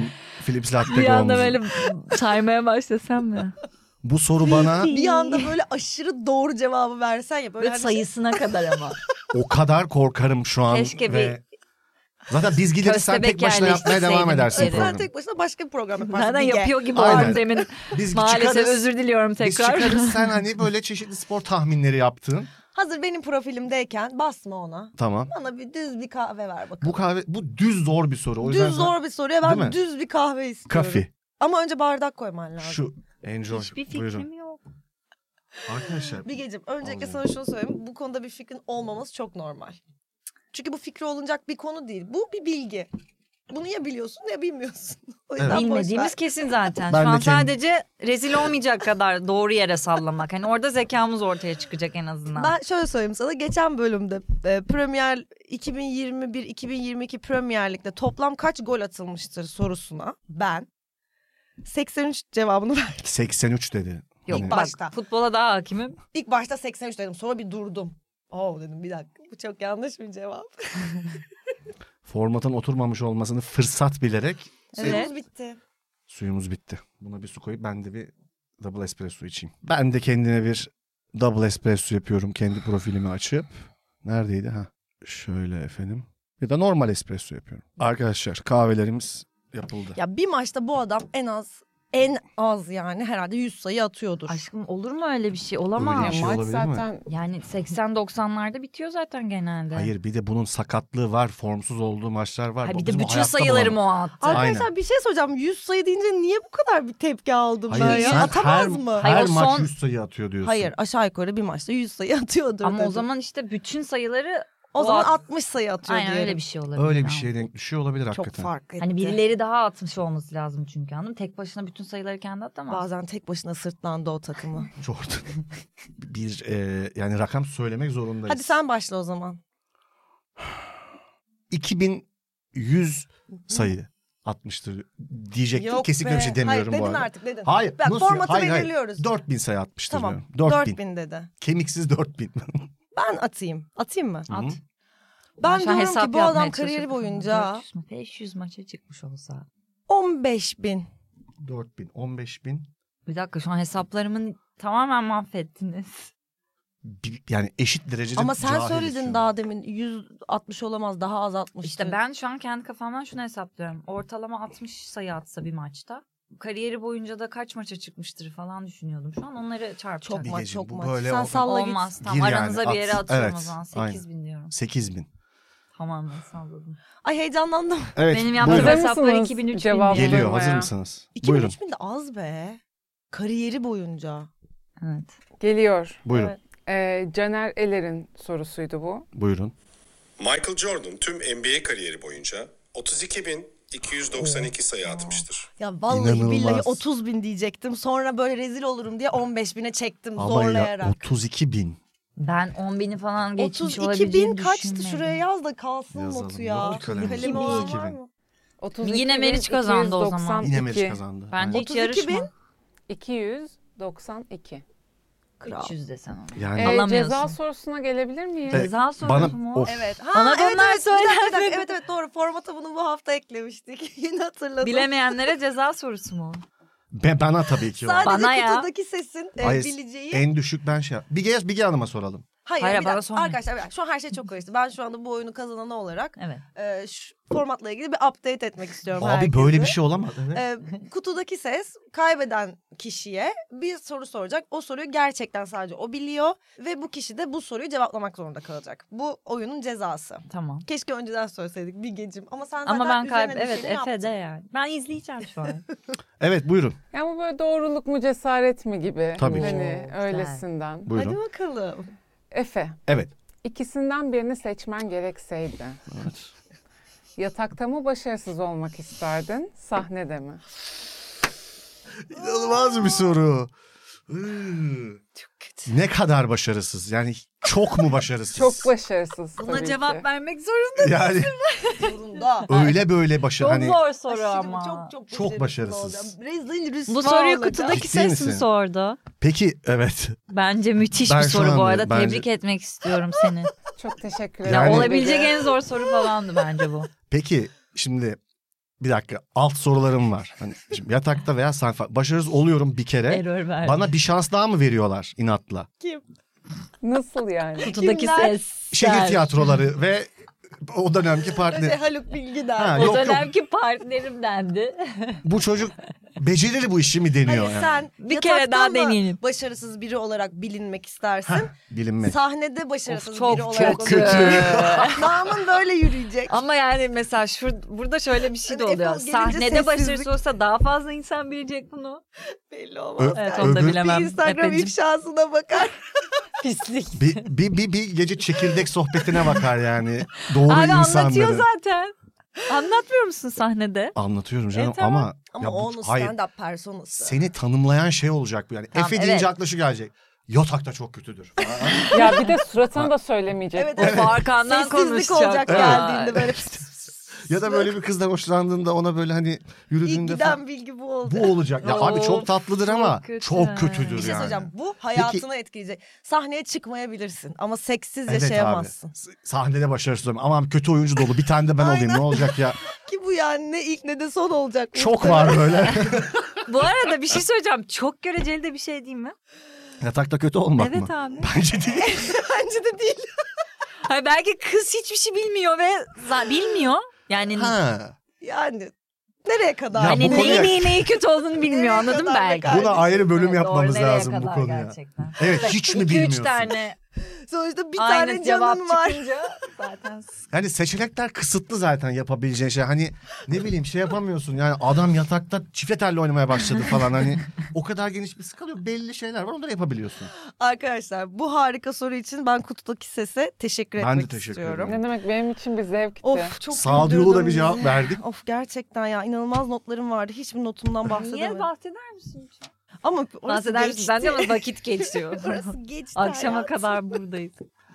Philips latte Bir anda olmuş. böyle saymaya başlasam mı? Bu soru bana Bir anda böyle aşırı doğru cevabı versen ya. Böyle Böyle hani sayısına kadar ama. o kadar korkarım şu an. Keşke ve... bir- Zaten biz gideriz sen tek Köstebek başına yapmaya devam yerleştirseydim edersin içeri. sen programı. tek başına başka bir program yaparsın. Zaten Bilge. yapıyor gibi Aynen. oldum demin. Biz Maalesef çıkarız, özür diliyorum biz tekrar. çıkarız sen hani böyle çeşitli spor tahminleri yaptın. Hazır benim profilimdeyken basma ona. Tamam. Bana bir düz bir kahve ver bakalım. Bu kahve bu düz zor bir soru. O yüzden Düz sen- zor bir soruya Değil mi? ben düz bir kahve istiyorum. Kafi. Ama önce bardak koyman lazım. Şu enjoy. Hiçbir fikrim Buyurun. yok. Arkadaşlar Bilgeciğim öncelikle Anladım. sana şunu söyleyeyim. Bu konuda bir fikrin olmaması çok normal. Çünkü bu fikri olunacak bir konu değil. Bu bir bilgi. Bunu ya biliyorsun ya bilmiyorsun. O yüzden Evet. boş ver. Bilmediğimiz kesin zaten. Ben Şu de an kendim- sadece rezil olmayacak kadar doğru yere sallamak. Hani orada zekamız ortaya çıkacak en azından. Ben şöyle söyleyeyim sana. Geçen bölümde e, Premier iki bin yirmi bir iki bin yirmi iki Premier Lig'de toplam kaç gol atılmıştır sorusuna ben seksen üç cevabını verdim. seksen üç dedi. Yok Hani- bak başta. futbola daha hakimim. İlk başta seksen üç dedim. Sonra bir durdum. Oo dedim bir dakika. Bu çok yanlış bir cevap. Formatın oturmamış olmasını fırsat bilerek Evet. Suyumuz bitti. suyumuz bitti. Buna bir su koyup ben de bir double espresso içeyim. Ben de kendine bir double espresso yapıyorum kendi profilimi açıp. Neredeydi ha? Şöyle efendim. Ya da normal espresso yapıyorum. Arkadaşlar kahvelerimiz yapıldı. Ya bir maçta bu adam en az en az yani herhalde yüz sayı atıyordur. Aşkım olur mu öyle bir şey? Öyle Olamaz. bir şey Maç olabilir mi? zaten Yani seksen doksanlarda bitiyor zaten genelde. Hayır bir de bunun sakatlığı var. Formsuz olduğu maçlar var. Ha, bir Bizim de o bütün hayatta sayıları bulamam. mı o attı? Arkadaşlar Aynen. bir şey soracağım. yüz sayı deyince niye bu kadar bir tepki aldım Hayır ben ya? sen Atamaz her, mı? her Hayır, o maç son- yüz sayı atıyor diyorsun. Hayır aşağı yukarı bir maçta yüz sayı atıyordur Ama dedim. o zaman işte bütün sayıları o zaman at- altmış sayı atıyor Aynen diyelim. öyle bir şey olabilir. Öyle bir Tamam. şeye denk düşüyor olabilir Çok hakikaten. fark etti. Hani birileri daha atmış olması lazım çünkü hanım. Tek başına bütün sayıları kendi atamaz. Bazen tek başına sırtlandı o takımı. Jordan. bir e, yani rakam söylemek zorundayız. Hadi sen başla o zaman. iki bin yüz sayı atmıştır diyecektim. Kesinlikle be. bir şey demiyorum Hayır, bu dedin arada. artık dedin. Hayır. Bak, nasıl? formatı hayır, belirliyoruz. Hayır. dört bin sayı atmıştır Tamam. diyorum. dört bin. dört bin dedi. Kemiksiz dört bin. Ben atayım. Atayım mı? Hı hı. At. Ben şu an diyorum hesap ki bu yapmaya adam kariyeri çalışıyorum. boyunca dört yüz mü? beş yüz maça çıkmış olsa. on beş bin. dört bin, on beş bin. Bir dakika şu an hesaplarımı tamamen mahvettiniz. Bir- Yani eşit derecede Ama sen cahiliz söyledin şu an. daha demin yüz altmış olamaz daha az atmıştı. İşte ben şu an kendi kafamdan şunu hesaplıyorum. Ortalama altmış sayı atsa bir maçta. Kariyeri boyunca da kaç maça çıkmıştır falan düşünüyordum. Şu an onları çarpacağım. çok maç Bilgeciğim, çok bu maç. böyle Sen o- salla git. Olmaz. Tamam Gir yani, aranıza bir yere at. atıyorum Evet, o zaman. aynen. sekiz bin diyorum. sekiz bin. Tamamen salladım. Ay heyecanlandım. Evet. Benim yaptığım buyurun. Hazır hesaplar mısınız iki bin üç bin cevabı? diye. Geliyor. Duymaya. Hazır mısınız? iki bin Buyurun. üç bin de az be. Kariyeri boyunca. Evet. geliyor. Buyurun. Evet. Ee, Caner Eler'in sorusuydu bu. Buyurun. Michael Jordan tüm N B A kariyeri boyunca otuz iki bin iki yüz doksan iki sayı atmıştır. Ya vallahi İnanılmaz. billahi otuz bin diyecektim. Sonra böyle rezil olurum diye on beş bine çektim Ama ya zorlayarak. otuz iki bin. Ben on bini falan geçmiş otuz iki bin olabileceğini kaçtı düşünmedim. şuraya yaz da kalsın Yazalım. notu Yok ya. mu kalemi? Kalemi olan otuz iki var bin. mı? otuz iki Yine bin Meriç kazandı o zaman. Yine Meriç iki yüz doksan iki. kazandı. Bence hiç otuz iki yarışma. bin. iki yüz doksan iki. Kral. üç yüz desen onu. Yani Ee, Alamıyorsun. ceza sorusuna gelebilir miyiz? Evet, Ceza sorusu bana- mu? of. Evet. Ha, Bana evet, bunlar evet, bir dakika, bir dakika. söylenmedi. Evet evet doğru. Formata bunu bu hafta eklemiştik. Yine hatırladım. Bilemeyenlere ceza sorusu mu? Be, bana tabii ki. Sadece Bana ya. kutudaki sesin e, Hayır, bileceği. En düşük ben şey. Bilge, Bilge Hanım'a soralım. Hayır, Hayır, bir bana dakika. sormayın. Arkadaşlar bir dakika. Şu an her şey çok karıştı. Ben şu anda bu oyunu kazananı olarak Evet. e, şu formatla ilgili bir update etmek istiyorum Abi herkese. böyle bir şey olamaz. Evet. E, kutudaki ses kaybeden kişiye bir soru soracak. O soruyu gerçekten sadece o biliyor. Ve bu kişi de bu soruyu cevaplamak zorunda kalacak. Bu oyunun cezası. Tamam. Keşke önceden söyleseydik Bilgeciğim. Ama sen zaten Ama ben üzerine kayb... Evet düşeni yaptın. Efe'de yani. Ben izleyeceğim şu an. Evet buyurun. Ya bu böyle doğruluk mu cesaret mi gibi. Tabii ki. Hani Oo, öylesinden. Buyurun. Hadi bakalım. Efe, Evet. ikisinden birini seçmen gerekseydi. Evet. Yatakta mı başarısız olmak isterdin, sahnede mi? İnanılmaz bir soru. Iıı. Çok kötü. Ne kadar başarısız? Yani çok mu başarısız? Çok başarısız tabii Buna ki. cevap vermek zorunda. Yani Zorunda. öyle böyle başarı Çok hani zor soru Aşırı ama. Çok çok, Çok başarısız. olacağım. Rezil rüsva Bu soruyu olacağım. kutudaki Ciddi ses mi misin? sordu? peki evet. Bence müthiş Ben bir şu soru an bu de- arada. bence- Tebrik etmek istiyorum seni. Çok teşekkür Yani- Ya ederim. olabilecek en zor soru falandı bence bu. Peki şimdi bir dakika alt sorularım var. Hani şimdi yatakta veya sayfa başarısız oluyorum bir kere. Error verdi. Bana bir şans daha mı veriyorlar inatla? Kim? Nasıl yani? Kutudaki Kimler? ses. Şehir tiyatroları ve o dönemki Şey, partner. Haluk Bilginer. Ha, O yok yok dönemki partnerim dendi. bu çocuk becerir bu işi mi deniyor Hani yani? sen Bir kere yatakta daha mı deneyelim. başarısız biri olarak bilinmek istersin. Heh, bilinmek. Sahnede başarısız Of, çok biri olarak kötü. olarak- Namın böyle yürüyecek. Ama yani mesela şur, burada şöyle bir şey de Hani oluyor. Apple gelince Sahnede sessizlik. başarısız olsa daha fazla insan bilecek bunu. Belli olmaz. Ö- Evet Yani. onu da Öbür- bilemem. Bir Instagram Efendim. ifşasına bakar. Pislik. Bir, bir, bir, bir gece çekirdek sohbetine bakar yani. Doğru Abi insanları. anlatıyor zaten. Anlatmıyor musun sahnede? Anlatıyorum canım E, tamam. ama... Ama ya bu- o onun hayır, stand-up personası. seni tanımlayan şey olacak bu yani. Tamam, Efe evet. deyince aklı şu gelecek. Yatakta çok kötüdür. Ya bir de suratını da söylemeyecek. Evet, bu. evet. Arkandan Sessizlik konuşacak. olacak Evet. geldiğinde böyle. Ya da böyle bir kızdan hoşlandığında ona böyle hani İlk yürüdüğünde falan. giden bilgi bu oldu. Bu olacak. Ya abi çok Of, tatlıdır çok ama kötü. çok kötüdür Bir şey yani. söyleyeceğim. Bu hayatını etkileyecek. Sahneye çıkmayabilirsin ama seksiz Evet yaşayamazsın. abi. S- Sahnede başarısız olayım. Aman kötü oyuncu dolu. Bir tane de ben olayım. Ne olacak ya? Ki bu yani ne ilk ne de son olacak. Çok var böyle. Bu arada bir şey söyleyeceğim. Çok göreceli de bir şey değil mi? Yatakta kötü olmak Evet mı? abi. Bence değil. Bence de değil. Hayır, belki kız hiçbir şey bilmiyor ve za- bilmiyor. Yani Ha. Yani nereye kadar? Ya hani bu neyi konuya- neyi neyi kötü olduğunu bilmiyor Nereye anladın mı kadar belki? be Buna ayrı bölüm Evet, yapmamız doğru, nereye lazım bu kadar konuya. Gerçekten. Evet hiç mi İki bilmiyorsun? üç tane Sonuçta bir aynı tane cevap canın var. çıkınca zaten Yani seçenekler kısıtlı zaten yapabileceğin şey. Hani ne bileyim şey yapamıyorsun. Yani adam yatakta çifte telli oynamaya başladı falan. Hani o kadar geniş bir skala yok. Belli şeyler var onları yapabiliyorsun. Arkadaşlar bu harika soru için ben kutudaki sese teşekkür Ben de etmek teşekkür istiyorum. ederim. Ne demek benim için bir zevkti. Of çok Sağduyulu da güldürdün bir cevap bizi. verdik. Of gerçekten ya inanılmaz notlarım vardı. Hiçbir notumdan Niye bahsedemedim. bahseder misin? Ama orası Bahseder misin? geçti. Ben de ama vakit geçiyor. Orası geçti Akşama hayatım. kadar buradayız.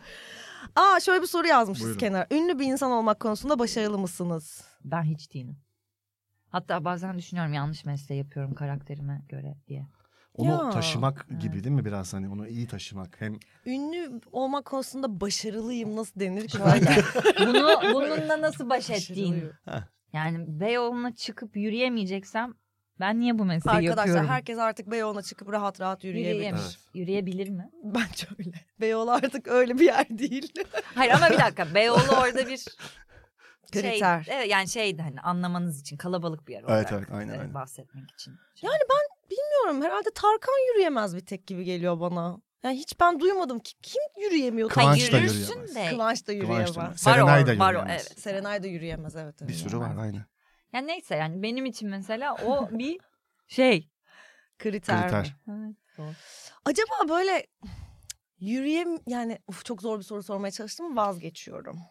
Aa şöyle bir soru yazmışız Buyurun. kenara. Ünlü bir insan olmak konusunda başarılı mısınız? Ben hiç değilim. Hatta bazen düşünüyorum yanlış mesleği yapıyorum karakterime göre diye. Onu Ya. taşımak gibi değil mi biraz hani onu iyi taşımak. Hem Ünlü olmak konusunda başarılıyım nasıl denir ki? Şöyle. Bunu bununla nasıl baş ettiğin. Başarılıyım. Yani Beyoğlu'na çıkıp yürüyemeyeceksem ben niye bu mesleği Arkadaşlar yapıyorum? herkes artık Beyoğlu'na çıkıp rahat rahat yürüyebilir. Yürüyemiş. Evet. Yürüyebilir mi? Bence öyle. Beyoğlu artık öyle bir yer değil. Hayır ama bir dakika Beyoğlu orada bir şey, Kriter. evet, yani şeydi hani anlamanız için kalabalık bir yer Evet, olarak evet, aynen, e, aynen. bahsetmek için. Yani Bilmiyorum herhalde Tarkan yürüyemez bir tek gibi geliyor bana. Yani hiç ben duymadım ki kim yürüyemiyor? Kıvanç Hayır, da yürürsün yürüyemez. de. Kıvanç da yürüyemez. Kıvanç da- Var Serenay o, da var o, yürüyemez. evet. Serenay da yürüyemez evet. evet. Bir sürü var aynı. Yani neyse yani benim için mesela o bir şey. Kriter. Kriter. Evet, doğru. Acaba böyle yürüyem yani uf, çok zor bir soru sormaya çalıştım ama vazgeçiyorum.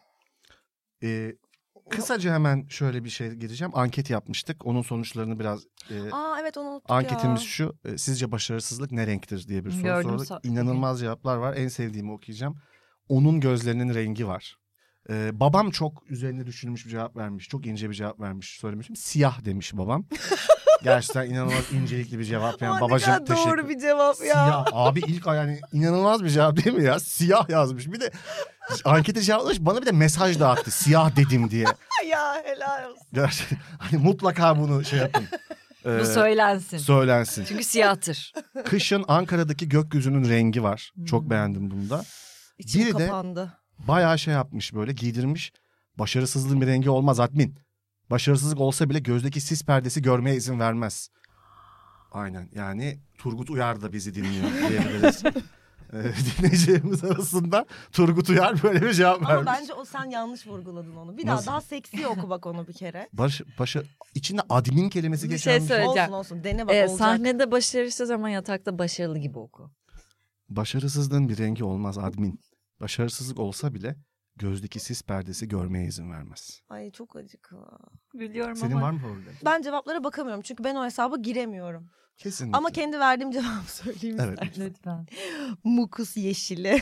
Ee, kısaca hemen şöyle bir şey gireceğim. Anket yapmıştık. Onun sonuçlarını biraz... E, Aa evet onu unuttuk anketimiz ya. şu. e, sizce başarısızlık ne renktir diye bir soru Gördüm, sorduk. sa- İnanılmaz cevaplar var. En sevdiğimi okuyacağım. Onun gözlerinin rengi var. Ee, babam çok üzerine düşünülmüş bir cevap vermiş. Çok ince bir cevap vermiş. Söylemişim. Siyah demiş babam. Gerçekten inanılmaz incelikli bir cevap. Yani Aa, ne babacığım kadar teşekkür. doğru bir cevap ya. Siyah. Abi ilk yani inanılmaz bir cevap değil mi ya? Siyah yazmış. Bir de ankete cevaplamış. Bana bir de mesaj da attı. Siyah dedim diye. Ya helal olsun. Gerçekten. Hani mutlaka bunu şey yapın. Bu Ee, söylensin. söylensin. Çünkü siyahtır. Kışın Ankara'daki gökyüzünün rengi var. Çok Hmm. beğendim bunu da. İçim Biri de- kapandı. Bayağı şey yapmış böyle giydirmiş. Başarısızlığın bir rengi olmaz admin. Başarısızlık olsa bile gözdeki sis perdesi görmeye izin vermez. Aynen yani Turgut Uyar da bizi dinliyor diyebiliriz. Ee, dinleyicilerimiz arasında Turgut Uyar böyle bir cevap Ama vermiş. bence o sen yanlış vurguladın onu. Bir daha Nasıl? daha seksi oku bak onu bir kere. Baş, başa, içinde admin kelimesi Bir geçen şey bir söyle- Söyleyeceğim. Olsun olsun dene bak Ee, olacak. sahnede başarısız ama yatakta başarılı gibi oku. Başarısızlığın bir rengi olmaz admin. Başarısızlık olsa bile gözdeki sis perdesi görmeye izin vermez. Ay çok acık. Biliyorum Senin ama. var mı favorilerin? Ben cevaplara bakamıyorum çünkü ben o hesaba giremiyorum. Kesinlikle. Ama kendi verdiğim cevabı söyleyeyim Evet. istersen. Lütfen. Mukus yeşili.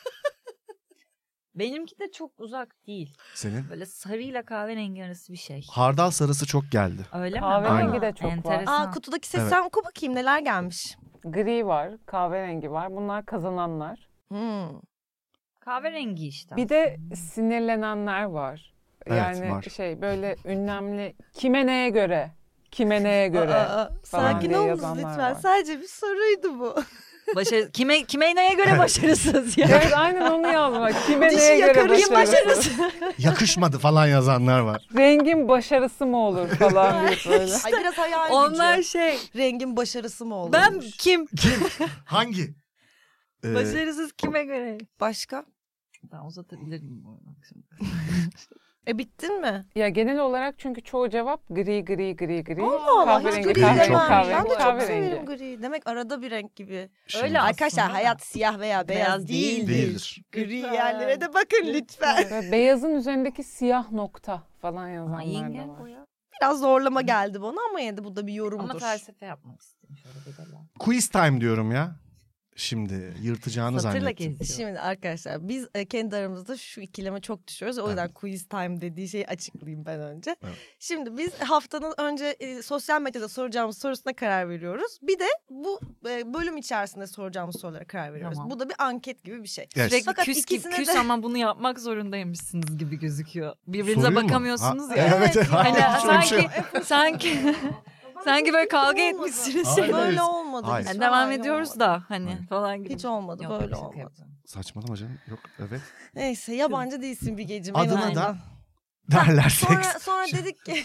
Benimki de çok uzak değil. Senin? Böyle sarıyla kahverengi arası bir şey. Hardal sarısı çok geldi. Öyle mi? Kahverengi Aa, de çok var. enteresan. Aa kutudaki ses Evet. sen oku bakayım neler gelmiş. Gri var, kahverengi var. Bunlar kazananlar. Hmm. Kahverengi işte. Bir de sinirlenenler var. Evet, yani var. şey böyle ünlemli kime neye göre? Kime neye göre? Aa, falan sakin diye olun yazanlar lütfen. var. Sadece bir soruydu bu. Başarı, kime kime neye göre başarısız ya? Evet aynen onu yazmak. Kime Dişi neye göre yakarım, kim başarısız? Yakışmadı falan yazanlar var. Rengin başarısı mı olur falan diye böyle. Ay biraz hayal Onlar gücü. şey. Rengin başarısı mı olur? Ben kim? Kim? Hangi? Ee, Başarısız kime göre? Başka? Ben uzatabilirim bu akşam. E bittin mi? Ya genel olarak çünkü çoğu cevap gri gri gri gri. Allah Allah hiç kahverengi gri kahverengi, demem. kahverengi Ben de çok kahverengi. severim gri. Demek arada bir renk gibi. şimdi Öyle Arkadaşlar aslında. hayat siyah veya beyaz, Beyaz değildir. değildir. Gri Lütfen. yerlere de bakın lütfen. Ve beyazın üzerindeki siyah nokta falan yazanlar Ay, yenge da o var. ya. Biraz zorlama geldi bana ama yine de bu da bir yorumdur. Ama felsefe yapmak istedim şöyle bir de. Quiz time diyorum ya. Şimdi yırtacağını Satırla zannettim. geziyor. Şimdi arkadaşlar biz e, kendi aramızda şu ikileme çok düşüyoruz. O yüzden quiz time dediği şeyi açıklayayım ben önce. Evet. Şimdi biz haftanın önce e, sosyal medyada soracağımız sorusuna karar veriyoruz. Bir de bu e, bölüm içerisinde soracağımız sorulara karar veriyoruz. Tamam. Bu da bir anket gibi bir şey. Evet. Sürekli Fakat küs gibi ikisine küs de- ama bunu yapmak zorundaymışsınız gibi gözüküyor. Birbirinize Soruyu mu? bakamıyorsunuz Ha, ya. Evet, evet. Hani Hayır, hiç öyle bir sanki şey yok. sanki sanki böyle kavga Olmadı. etmişsiniz. Hayır, Şey. hayır. Böyle olmadı. Hayır. hiç. Yani devam Hayır, ediyoruz olmadı. da hani Hayır. falan gibi. Hiç olmadı, Yok, böyle şaka olmadı. yapacağım. Saçmalama canım. Yok evet. Neyse yabancı değilsin bir gecim. en Adına da azından. derlersek. Sonra, sonra dedik ki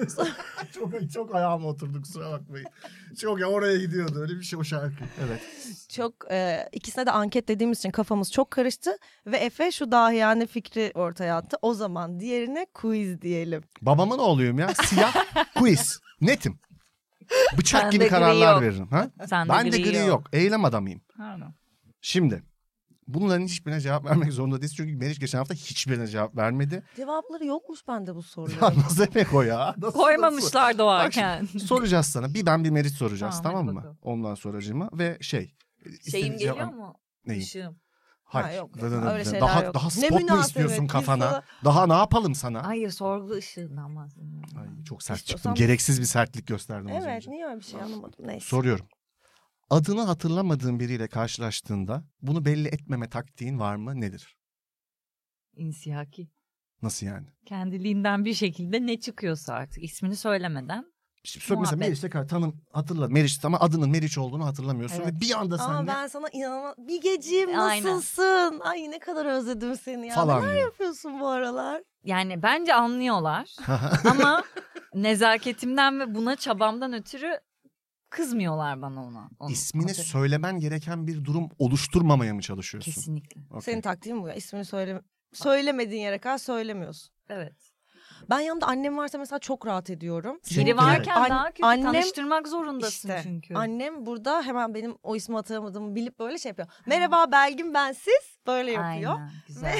çok çok ayağıma oturdu kusura bakmayın. Çok ya oraya gidiyordu öyle bir şey o şarkı. Evet. çok e, ikisine de anket dediğimiz için kafamız çok karıştı. Ve Efe şu dahiyane fikri ortaya attı. O zaman diğerine quiz diyelim. Babamın oğluyum ya. Siyah quiz. Netim. Bıçak Sende gibi gri kararlar yok. veririm. Ha? Sende Ben de gri gri yok. yok. Eylem adamıyım. Pardon. Şimdi bunların hiçbirine cevap vermek zorunda değiliz. Çünkü Meriç geçen hafta hiçbirine cevap vermedi. Cevapları yokmuş bende bu Ya soruların. nasıl demek o ya? Nasıl, Koymamışlar nasıl? doğarken. Bak şimdi, soracağız sana. Bir ben bir Meriç soracağız Tamam, tamam, hadi mı? bakalım. Ondan sonracığıma ve şey. Şeyim istediğin geliyor cevap- mu? Neyim? Işığım. Hayır. Ha, yok, Dı dı dı öyle dı. şeyler daha yok. daha Ne spot mu münasebet, istiyorsun biz kafana? sana- Daha ne yapalım sana? Hayır sorgu ışığından bahsediyorum. Ay, çok sert İstiyorsan- çıktım. Gereksiz bir sertlik gösterdim az Evet önce. niye öyle bir şey anlamadım. Neyse. Soruyorum. Adını hatırlamadığın biriyle karşılaştığında bunu belli etmeme taktiğin var mı? Nedir? İnsiyaki. Nasıl yani? Kendiliğinden bir şekilde ne çıkıyorsa artık ismini söylemeden. Şimdi sor- mesela Muhabbet. Meriç'te kal- tanım hatırla. Meriç ama adının Meriç olduğunu hatırlamıyorsun Evet. ve bir anda Ama sen de ben sana inanamam. Bir gecim Aynen. nasılsın? Ay ne kadar özledim seni ya. Falan Neler diyor. yapıyorsun bu aralar? Yani bence anlıyorlar ama nezaketimden ve buna çabamdan ötürü kızmıyorlar bana ona. Onu, ismini hatır- söylemen gereken bir durum oluşturmamaya mı çalışıyorsun? Kesinlikle. Okey. Senin taktiğin bu ya. İsmini söyle söylemediğin yere kadar söylemiyorsun. Evet. Ben yanımda annem varsa mesela çok rahat ediyorum. Çünkü- Biri varken An- daha kötü annem- tanıştırmak zorundasın İşte çünkü. annem burada hemen benim o ismi hatırlamadığımı bilip böyle şey yapıyor. Merhaba Belgin ben siz. Böyle yapıyor. Aynen, güzel.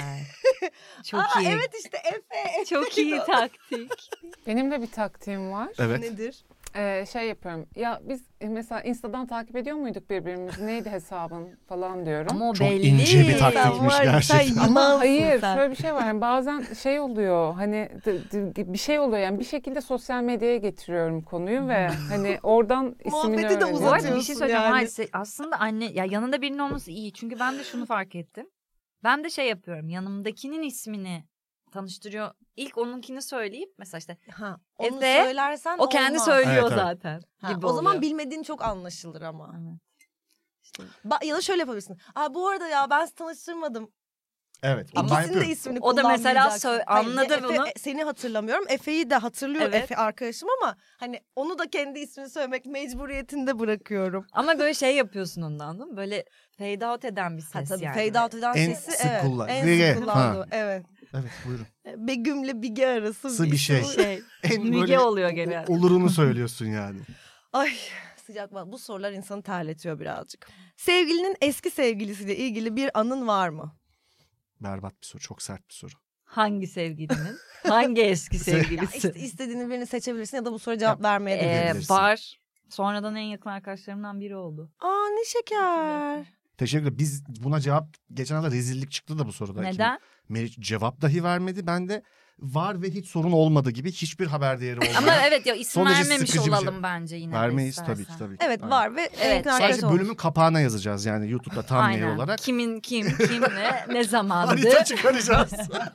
Çok Aa, iyi. evet işte Efe. Çok iyi taktik. Benim de bir taktiğim var. Evet. Nedir? Ee, şey yapıyorum. Ya biz mesela Insta'dan takip ediyor muyduk birbirimizi? Neydi hesabın falan diyorum. Ama o Çok belli. ince bir Sen taktikmiş var ya, sen gerçekten. Ama yılansın hayır sen. şöyle bir şey var. Yani bazen şey oluyor hani d- d- bir şey oluyor yani bir şekilde sosyal medyaya getiriyorum konuyu ve hani oradan ismini Muhabbeti de öğreniyorum. Bu arada bir uzatıyorsun şey söyleyeceğim. yani. Hayır, se- aslında anne ya yanında birinin olması iyi. Çünkü ben de şunu fark ettim. Ben de şey yapıyorum. Yanımdakinin ismini tanıştırıyor. İlk onunkini söyleyip mesela işte Ha, onu Efe, söylersen o kendi olmaz. söylüyor Evet, evet. zaten. Ha, gibi o zaman oluyor. bilmediğin çok anlaşılır ama. Evet. İşte Ba- ya da şöyle yapabilirsin. Aa bu arada ya ben sizi tanıştırmadım. Evet. Ama onu ben İkisinin de yapıyorum. ismini O da mesela kullanmayacaksın. sö- Hayır, anladı Efe- bunu. e, Seni hatırlamıyorum. Efe'yi de hatırlıyor Evet. Efe arkadaşım ama hani onu da kendi ismini söylemek mecburiyetinde bırakıyorum. Ama böyle şey yapıyorsun ondan değil mi? Böyle fade out eden bir ses Ha, tabii yani. fade out eden En sesi sık evet. kullan- En Bige. sık kullandığım. Ha. Evet. Evet buyurun. Begüm'le Bige arası Sı bir şey. Şey, En Müge böyle oluyor genelde. olurunu söylüyorsun yani. Ay sıcak var. Bu sorular insanı terletiyor birazcık. Sevgilinin eski sevgilisiyle ilgili bir anın var mı? Berbat bir soru. Çok sert bir soru. Hangi sevgilinin? Hangi eski Ya sevgilisi? işte istediğini birini seçebilirsin ya da bu soruya cevap vermeye de Ee, bilirsin. var. Sonradan en yakın arkadaşlarımdan biri oldu. Aa ne şeker. Teşekkür ederim. Biz buna cevap geçen hafta rezillik çıktı da bu soruda. Neden? Meriç cevap dahi vermedi. Ben de var ve hiç sorun olmadı gibi hiçbir haber değeri olmayan. Ama evet ya isim Son derece vermemiş sıkıcı bir olalım şey. bence yine. de Vermeyiz istersen. tabii ki tabii ki. Evet Aynen. var ve en Evet, yakın Sadece arkadaş bölümün olmuş. kapağına yazacağız yani YouTube'da thumbnail Aynen. olarak. Kimin kim kimle ne zamandı. Harita çıkaracağız.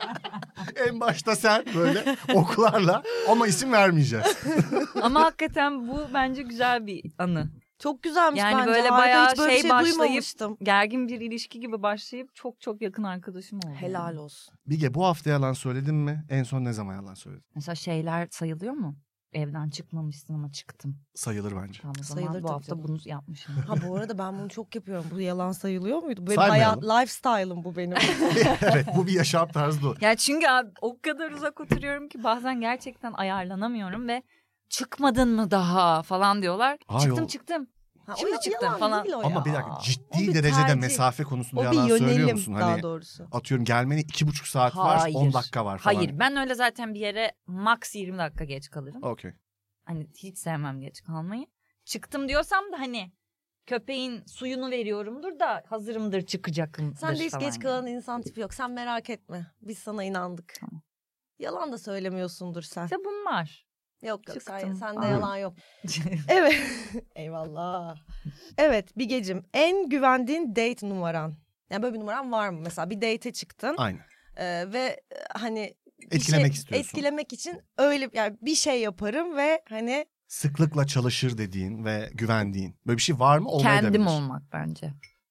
En başta sen böyle oklarla ama isim vermeyeceğiz. Ama hakikaten bu bence güzel bir anı. Çok güzelmiş Yani bence. böyle Harika, bayağı hiç böyle şey bir şey başlayıp- duymamıştım. Gergin bir ilişki gibi başlayıp çok çok yakın arkadaşım oldu. Helal olsun. Bige bu hafta yalan söyledin mi? En son ne zaman yalan söyledin? Mesela şeyler sayılıyor mu? Evden çıkmamışsın ama çıktım. Sayılır bence. Tamam o zaman Sayılır bu tabii hafta canım. bunu yapmışım. Ha bu arada ben bunu çok yapıyorum. Bu yalan sayılıyor muydu? Benim Saymayalım. hayat, lifestyle'ım bu benim. Evet bu bir yaşam tarzı o. Ya çünkü abi o kadar uzak oturuyorum ki bazen gerçekten ayarlanamıyorum ve çıkmadın mı daha falan diyorlar. Ay, çıktım o- çıktım. Ha, o Şimdi ya- çıktım yalan falan. değil o Ama ya. bir dakika O ciddi bir derecede tercih. mesafe konusunda O yalan bir söylüyor yönelim musun? daha Hani doğrusu. atıyorum gelmeni iki buçuk saat var Hayır. on dakika var falan. Hayır ben öyle zaten bir yere max yirmi dakika geç kalırım. Okey. Hani hiç sevmem geç kalmayı. Çıktım diyorsam da hani köpeğin suyunu veriyorumdur da hazırımdır çıkacakımdır Sen de hiç falan geç gibi. kalan insan tipi yok. Sen merak etme. Biz sana inandık. Tamam. Yalan da söylemiyorsundur sen. İşte bunlar. Yok yok sen, Çıktım. sende Aa. yalan yok. Evet. Eyvallah. Evet Bigeciğim en güvendiğin date numaran. Yani böyle bir numaran var mı? Mesela bir date'e çıktın. Aynen. e, ve e, hani bir Etkilemek şey- istiyorsun. Etkilemek için öyle yani bir şey yaparım ve hani Sıklıkla çalışır dediğin ve güvendiğin. Böyle bir şey var mı? Olmayabilir. Kendim olmak bence.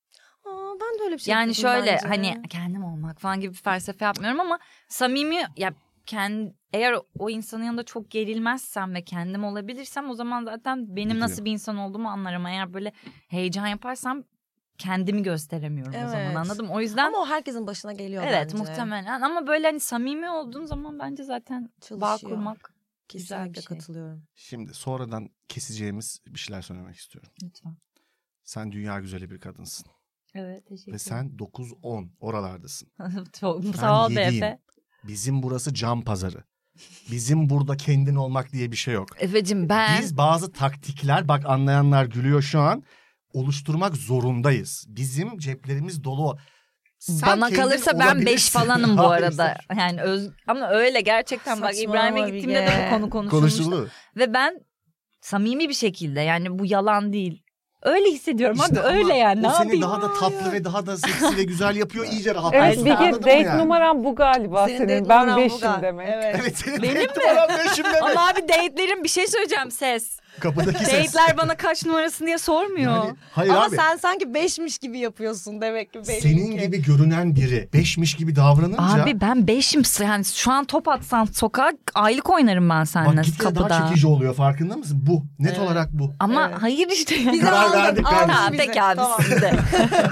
aa, ben de öyle bir şey Yani yapıyordum şöyle bence. hani kendim olmak falan gibi bir felsefe yapmıyorum ama samimi ya kendi, eğer o insanın yanında çok gerilmezsem ve kendim olabilirsem o zaman zaten benim Gidiyor. nasıl bir insan olduğumu anlarım. Eğer böyle heyecan yaparsam kendimi gösteremiyorum o zaman Evet. anladım. O yüzden Ama o herkesin başına geliyor evet bence. muhtemelen ama böyle hani samimi olduğun zaman bence zaten bağ Çalışıyor. kurmak güzel bir Kesinlikle şey. katılıyorum. Şimdi sonradan keseceğimiz bir şeyler söylemek istiyorum. Lütfen. Sen dünya güzeli bir kadınsın. Evet teşekkür Ve sen dokuz on oralardasın. Çok Ben sağ ol be yediyim. Efe. Bizim burası cam pazarı. Bizim burada kendin olmak diye bir şey yok. Efe'cim ben Biz bazı taktikler, bak anlayanlar gülüyor şu an, oluşturmak zorundayız. Bizim ceplerimiz dolu. Sen bana kendin kalırsa ben beş olabilirsin. falanım bu Hayır, arada. Yani öz, ama öyle gerçekten bak Saçmalama İbrahim'e gittiğimde de Bilge. bu konu konuşulmuştu. konuşuldu. Ve ben samimi bir şekilde yani bu yalan değil. Öyle hissediyorum İşte abi ama öyle yani ne o seni yapayım? daha da tatlı ve daha da seksi ve güzel yapıyor. İyice Evet rahatlıyorsun. bir Anladın kez mı date yani? numaran bu galiba Senin senin. date Ben numaran bu beşim gal- demek. Evet. Evet senin Benim date numaran beşim demek. Ama abi date'lerin bir şey söyleyeceğim ses. Kapıdaki ses. Date'ler bana kaç numarasını diye sormuyor. Yani, hayır Ama abi. sen sanki beşmiş gibi yapıyorsun demek ki. belli Senin ki. gibi görünen biri beşmiş gibi davranınca. Abi ben beşim yani şu an top atsan sokağa aylık oynarım ben seninle bak gitgide kapıda. daha çekici oluyor, farkında mısın? Bu. Net Evet. olarak bu. Ama Evet. hayır işte. Bize Karar aldın, verdik aldın kardeşim. Tamam bize. peki abi Tamam. siz de.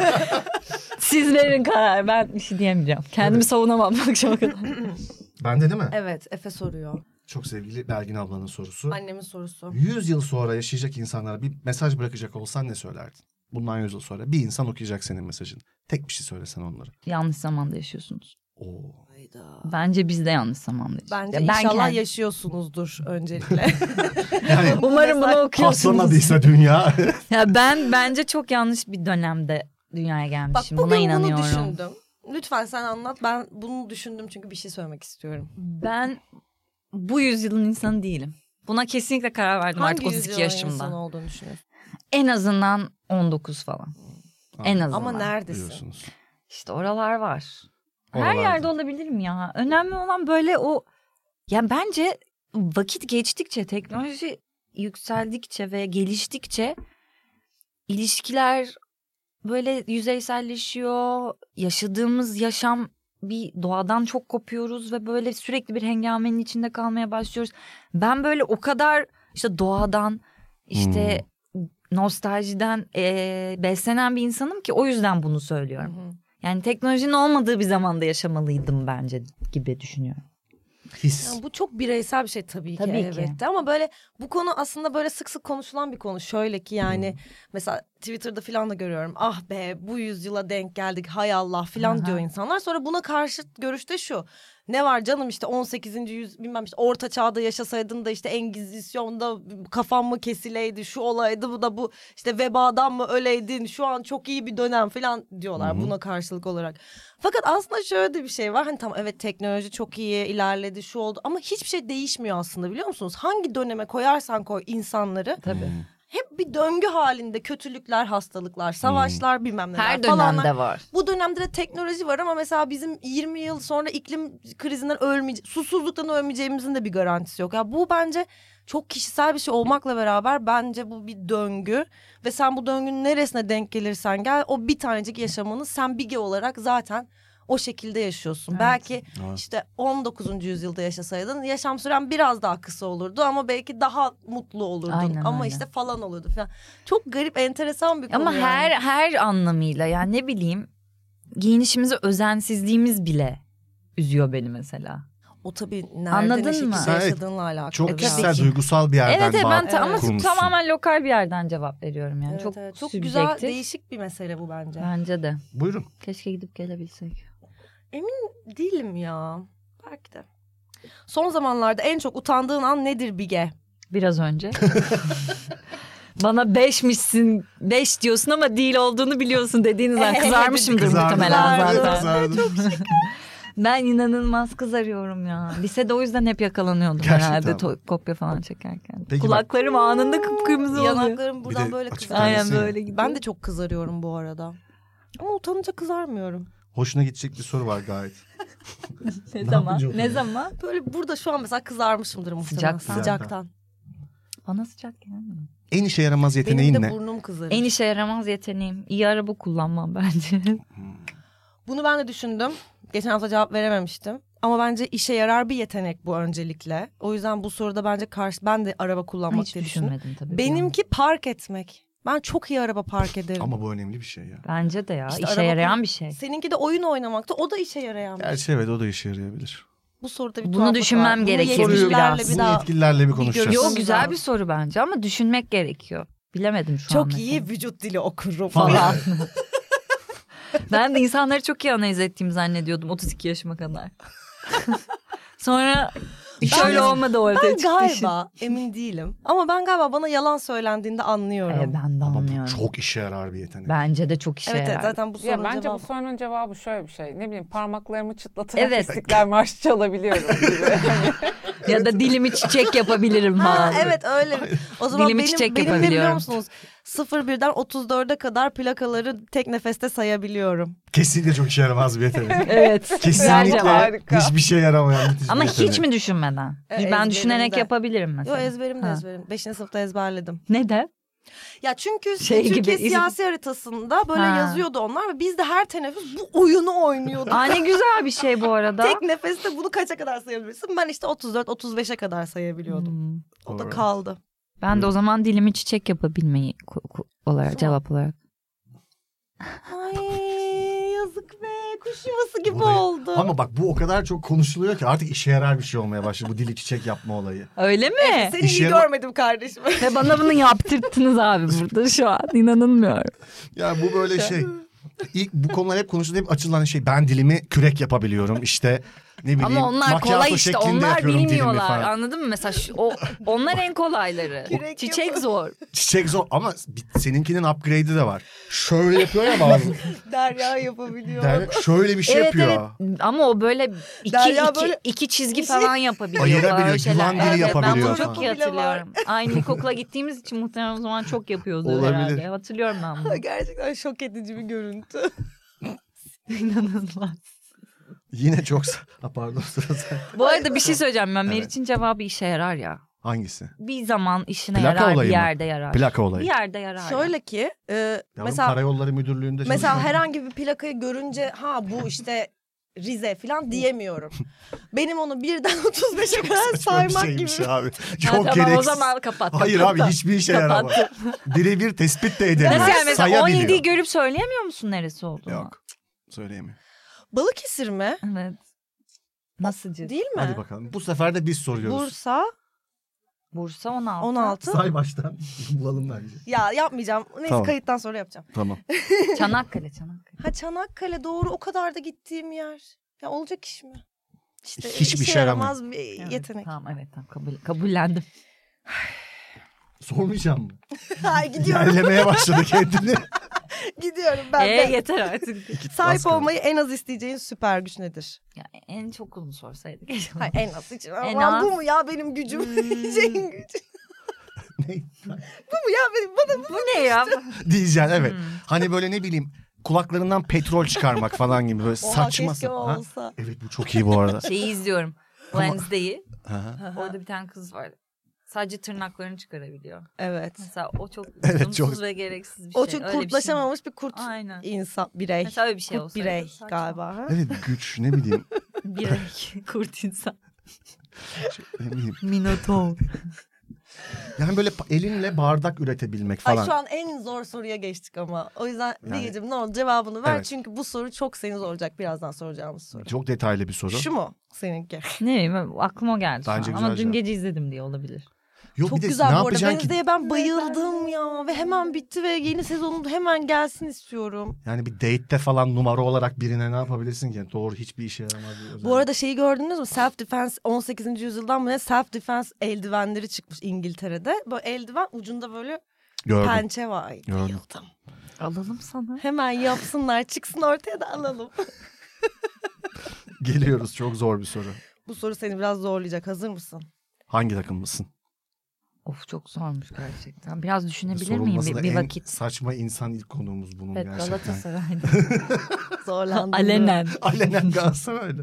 Siz verin karar. Ben bir şey diyemeyeceğim. Kendimi Evet. savunamam akşama kadar. Bende değil mi? Evet Efe soruyor. Çok sevgili Belgin ablanın sorusu. Annemin sorusu. yüz yıl sonra yaşayacak insanlara bir mesaj bırakacak olsan ne söylerdin? Bundan yüz yıl sonra bir insan okuyacak senin mesajını. Tek bir şey söylesen onlara. Yanlış zamanda yaşıyorsunuz. Oo. Bence biz de yanlış zamanda yaşıyoruz. Bence Ya ben inşallah kendim- yaşıyorsunuzdur öncelikle. Yani Umarım bunu okuyorsunuz. paslanmadıysa dünya. Ya ben bence çok yanlış bir dönemde dünyaya Bak gelmişim. bugün Buna bunu inanıyorum. düşündüm. Lütfen sen anlat. Ben bunu düşündüm çünkü bir şey söylemek istiyorum. Ben bu yüzyılın insanı değilim. Buna kesinlikle karar verdim artık otuz iki yüzyılın yaşımda. insan olduğunu düşünüyorsun? En azından on dokuz falan. En azından. Ama neredesin? Biliyorsunuz. İşte oralar var. Her Oralarda. yerde olabilirim ya. Önemli olan böyle o... Yani bence vakit geçtikçe, teknoloji yükseldikçe ve geliştikçe ilişkiler böyle yüzeyselleşiyor. Yaşadığımız yaşam bir doğadan çok kopuyoruz ve böyle sürekli bir hengamenin içinde kalmaya başlıyoruz. Ben böyle o kadar işte doğadan işte nostaljiden e, beslenen bir insanım ki o yüzden bunu söylüyorum. Hı hı. Yani teknolojinin olmadığı bir zamanda yaşamalıydım bence gibi düşünüyorum. His. Yani bu çok bireysel bir şey tabii ki Tabii ki. elbette ama böyle bu konu aslında böyle sık sık konuşulan bir konu. Şöyle ki yani mesela Twitter'da falan da görüyorum. Ah be bu yüzyıla denk geldik hay Allah falan diyor insanlar. Sonra buna karşı görüşte şu. Ne var canım işte on sekizinci yüz bilmem işte orta çağda yaşasaydın da işte Engizisyon'da kafan mı kesileydi şu olaydı bu da bu işte vebadan mı öleydin şu an çok iyi bir dönem falan diyorlar Hı-hı. buna karşılık olarak. Fakat aslında şöyle de bir şey var hani tamam evet teknoloji çok iyi ilerledi şu oldu ama hiçbir şey değişmiyor aslında biliyor musunuz? Hangi döneme koyarsan koy insanları. Tabii. Hep bir döngü halinde kötülükler, hastalıklar, savaşlar hmm. bilmem neler Her falanlar. dönemde var. Bu dönemde de teknoloji var ama mesela bizim yirmi yıl sonra iklim krizinden ölmeyece- susuzluktan ölmeyeceğimizin de bir garantisi yok. Ya bu bence çok kişisel bir şey olmakla beraber bence bu bir döngü ve sen bu döngünün neresine denk gelirsen gel o bir tanecik yaşamını sen Bige olarak zaten o şekilde yaşıyorsun. Evet. Belki evet. işte on dokuzuncu yüzyılda yaşasaydın yaşam süren biraz daha kısa olurdu ama belki daha mutlu olurdun. Aynen, ama öyle. işte falan olurdu falan. Çok garip, enteresan bir konu. Ama yani. her her anlamıyla yani ne bileyim giyinişimize özensizliğimiz bile üzüyor beni mesela. O tabii nerede Anladın ne şekilde mı? yaşadığınla alakalı. Çok kişisel, duygusal bir yerden evet, evet, ben ta- ama kurmuşsun. tamamen lokal bir yerden cevap veriyorum yani. Evet, çok evet. Çok sübjektif. güzel, değişik bir mesele bu bence. Bence de. Buyurun. Keşke gidip gelebilsek. Emin değilim ya. Belki de. Son zamanlarda en çok utandığın an nedir Bige? Biraz önce. Bana beşmişsin, beş diyorsun ama değil olduğunu biliyorsun dediğiniz an kızarmışımdır muhtemelen zaten. Ben inanılmaz kızarıyorum ya. Lisede o yüzden hep yakalanıyordum gerçekten herhalde to- kopya falan çekerken. Peki kulaklarım bak, anında kıpkırmızı oluyor. Yanaklarım buradan böyle kızarıyor. Aynen böyle gidiyor. Ben de çok kızarıyorum bu arada. Ama utanınca kızarmıyorum. Hoşuna gidecek bir soru var gayet. ne, ne zaman? Ne zaman? Böyle burada şu an mesela kızarmışımdır muhtemelen. Sıcaktan. Sıcaktan. Bana sıcak gelmiyor. En işe yaramaz yeteneğin ne? Benim de burnum kızarır. En işe yaramaz yeteneğim. İyi araba kullanmam bence. Bunu ben de düşündüm. Geçen hafta cevap verememiştim. Ama bence işe yarar bir yetenek bu öncelikle. O yüzden bu soruda bence karşı ben de araba kullanmak hiç diye düşündüm. Tabii benimki yani. Park etmek. Ben çok iyi araba park ederim. Ama bu önemli bir şey ya. Bence de ya. İşte işe yarayan bir şey. Seninki de oyun oynamakta. O da işe yarayan bir şey. Gerçi evet o da işe yarayabilir. Bu soruda bir Bunu düşünmem gerekir biraz. Bu yetkililerle bir konuşacağız. Yok güzel bir soru bence ama düşünmek gerekiyor. Bilemedim şu çok an Çok iyi mesela. vücut dili okurum falan. Ben de insanları çok iyi analiz ettiğimi zannediyordum otuz iki yaşıma kadar. Sonra hiç ben, öyle olmadı ortaya ben çıktı. Ben galiba işin. Emin değilim. Ama ben galiba bana yalan söylendiğinde anlıyorum. Evet, ben de anlıyorum. Ama bu çok işe yarar bir yetenek. Bence de çok işe evet, yarar. Evet zaten bu sorunun ya bence cevabı. bu sorunun cevabı şöyle bir şey. Ne bileyim parmaklarımı çıtlatarak evet. İstiklal Marşı çalabiliyorum gibi. Ya da dilimi çiçek yapabilirim falan. Evet öyle. O zaman dilimi benim, çiçek benim yapabiliyorum. biliyor musunuz? sıfır birden otuz dörde kadar plakaları tek nefeste sayabiliyorum. Kesinlikle çok işe yaramaz bir yetenek. Evet. Kesinlikle hiçbir şey yaramayan müthiş ama bir yetenek. hiç mi düşünmeden? E, ben düşünerek yapabilirim mesela. Yok ezberim de ezberim. Beşinci sınıfta ezberledim. Neden? Ya çünkü şey Türkiye gibi, siyasi haritasında böyle ha. yazıyordu onlar ve biz de her teneffüs bu oyunu oynuyorduk. Aa ne güzel bir şey bu arada. Tek nefeste bunu kaça kadar sayabilirsin? Ben işte otuz dört otuz beşe kadar sayabiliyordum. Hmm. O da evet. kaldı. Ben hmm. de o zaman dilimi çiçek yapabilmeyi olarak Şu cevap olarak. Ay yazık be kuş yuvası gibi oldu. Ama bak bu o kadar çok konuşuluyor ki artık işe yarar bir şey olmaya başladı bu dili çiçek yapma olayı. Öyle mi? Evet, seni işe iyi yar- görmedim kardeşim. Ve bana bunu yaptırttınız abi burada şu an inanılmıyorum. Ya bu böyle şey. İlk bu konular hep konuşuluyor hep açılan şey ben dilimi kürek yapabiliyorum işte ne bileyim. Ama onlar kolay işte onlar bilmiyorlar anladın mı mesela şu, o, onlar en kolayları. Çiçek yapalım. Zor. Çiçek zor ama seninkinin upgrade'i de var. Şöyle yapıyor ya bazı. Derya yapabiliyor. Derya şöyle bir şey evet, yapıyor. Evet. Ama o böyle iki, iki, böyle iki çizgi şey... falan yapabiliyor. Ayırabiliyor yılan dili evet, yapabiliyor. Ben bunu çok iyi hatırlıyorum. Aynı ilkokula gittiğimiz için muhtemelen o zaman çok yapıyordu olabilir. Herhalde. Hatırlıyorum ben bunu. Gerçekten şok edici bir görüntü. İnanılmaz. Yine çok... Ha, pardon sırası. Bu arada bir şey söyleyeceğim ben. Evet. Meriç'in cevabı işe yarar ya. Hangisi? Bir zaman işine Plaka yarar, olayı bir mı? yerde yarar. Plaka olayı. Bir yerde yarar. Şöyle ki e, Yavrum, mesela Karayolları Müdürlüğü'nde mesela herhangi bir plakayı görünce ha bu işte Rize falan diyemiyorum. Benim onu birden otuz beşe kadar saymak bir gibi. Abi. Çok tamam, gereksiz. o zaman kapat. Hayır kapat. abi hiçbir işe yaramaz. Birebir tespit de edemiyor. Nasıl yani mesela on yediyi görüp söyleyemiyor musun neresi olduğunu? Yok söyleyemiyor. Balıkesir mi? Evet. Nasıl? Değil mi? Hadi bakalım. Bu sefer de biz soruyoruz. Bursa. Bursa on altı. on altı. Say baştan. Bulalım bence. Ya yapmayacağım. Neyse Tamam. kayıttan sonra yapacağım. Tamam. Çanakkale, Çanakkale. Ha Çanakkale doğru, o kadar da gittiğim yer. Ya olacak iş mi? İşte Hiçbir işe şey yaramaz bir Evet, yetenek. Tamam evet tamam kabul, kabullendim. Sormayacağım mı? Ha, gidiyorum. Yerlemeye başladı kendini. Gidiyorum ben. Ee, ben. yeter artık. Sahip Az kaldı. olmayı en az isteyeceğin süper güç nedir? Ya, en çok uzun sorsaydık. Hayır, en az hiç. En Aman, az. bu mu ya benim gücüm? Hmm. Şeyin gücü. Ne? Bu mu ya benim? Bana bu. Bu ne ya? Diyeceksin evet. Hmm. Hani böyle ne bileyim kulaklarından petrol çıkarmak falan gibi böyle Oha, saçma. keşke o Ha? olsa. Evet bu çok iyi bu arada. Şeyi izliyorum. Ama- Wednesday'i. Aha. Orada bir tane kız var. Sadece tırnaklarını çıkarabiliyor. Evet. Mesela o çok Evet, lüzumsuz çok- ve gereksiz bir O şey. çok Öyle bir şey mi? kurtlaşamamış bir kurt Aynen. insan, birey. Mesela öyle bir şey Kurt olsaydı. birey saçma. galiba. Ha? Evet güç ne bileyim. Birey. Kurt insan. Ne bileyim. Minotaur. Yani böyle pa- elinle bardak üretebilmek falan. Ay şu an en zor soruya geçtik ama. O yüzden Yani- Bilgeciğim ne olur cevabını ver. Evet. Çünkü bu soru çok seni zorlayacak birazdan soracağımız soru. Çok detaylı bir soru. Şu mu seninki? Ne bileyim aklıma o geldi şu Bence an. güzel Ama dün cevap. gece izledim diye olabilir. Yok Çok bir de güzel ne bu arada. yapacaksın ki? Wednesday'e ben bayıldım ya. Ve hemen bitti ve yeni sezonun hemen gelsin istiyorum. Yani bir date'te falan numara olarak birine ne yapabilirsin ki? Doğru hiçbir işe yaramaz. bir özellik. Bu arada şeyi gördünüz mü? Self defense on sekizinci yüzyıldan mı ne? Self defense eldivenleri çıkmış İngiltere'de. Böyle eldiven ucunda böyle Gördüm. pençe var. Ay, Gördüm. bayıldım. Alalım sana. Hemen yapsınlar, çıksın ortaya da alalım. Geliyoruz çok zor bir soru. Bu soru seni biraz zorlayacak. Hazır mısın? Hangi takımlısın? Of çok zormuş gerçekten. Biraz düşünebilir miyim Sorulması bir, da bir en vakit? saçma insan ilk konuğumuz bunun Evet gerçekten. Galatasaray'da. Zorlandım. Alenen. Alenen Galatasaray'da.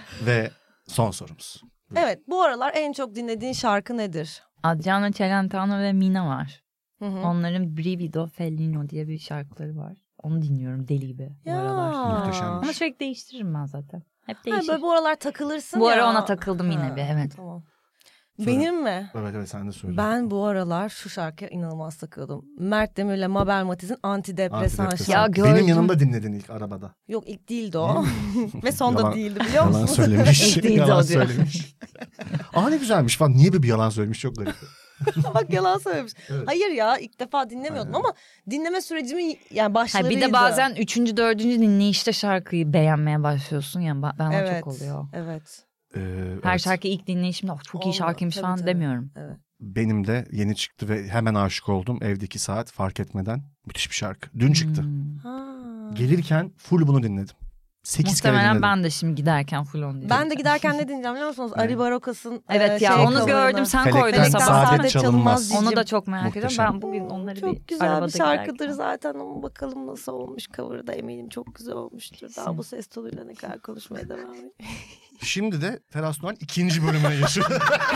Ve son sorumuz. Evet, bu aralar en çok dinlediğin şarkı nedir? Adriano Celentano ve Mina var. Hı hı. Onların Brivido Fellino diye bir şarkıları var. Onu dinliyorum deli gibi bu Ya. aralar. Muhteşemmiş. Ama sürekli değiştiririm ben zaten. Hep Ha, değişir. böyle bu aralar takılırsın Bu ya. ara ona takıldım yine bir, evet. Tamam. Söyle. Benim mi? Evet evet sen de söyle. Ben bu aralar şu şarkıya inanılmaz takıldım. Mert Demir'le Mabel Matiz'in Antidepresan Antidepresan. Ya şarkı. gördüm. Benim yanımda dinledin ilk arabada. Yok ilk değildi o. Ve son da Yalan- değildi biliyor Yalan musun? söylemiş. İlk değildi yalan o diyor. söylemiş. Aa ne güzelmiş falan. Niye bir yalan söylemiş çok garip. Bak yalan söylemiş. Evet. Hayır ya ilk defa dinlemiyordum Aynen. ama dinleme sürecimi yani Ha, başlarıydı. bir de bazen üçüncü, dördüncü dinleyişte şarkıyı beğenmeye başlıyorsun ya. ba- Ben Evet. o çok oluyor. Evet. Ee, Her evet. şarkı ilk dinleyişimde oh, çok iyi Olma, şarkıymış tabii, falan tabii. demiyorum. Evet. Benim de yeni çıktı ve hemen aşık oldum. Evde iki saat fark etmeden. Müthiş bir şarkı. Dün çıktı. Hmm. Ha. Gelirken full bunu dinledim. Sekiz kere Muhtemelen dinledim. ben de şimdi giderken full onu dinleyeceğim. Ben de giderken ne dinleyeceğim biliyor musunuz? Ne? Ari Barokas'ın Evet e, ya şey onu cover'ını. gördüm sen Felekten koydun Felekten sabah. saadet Saadet çalınmaz. Çalınmaz. Onu da çok merak ediyorum. Muhteşem. Ben bugün onları çok bir güzel arabada bir şarkıdır giderken- zaten ama bakalım nasıl olmuş cover'da eminim çok güzel olmuştur. Daha bu ses tonuyla ne kadar konuşmaya devam edeyim. Şimdi de Teras Noel ikinci bölümüne geçiyoruz.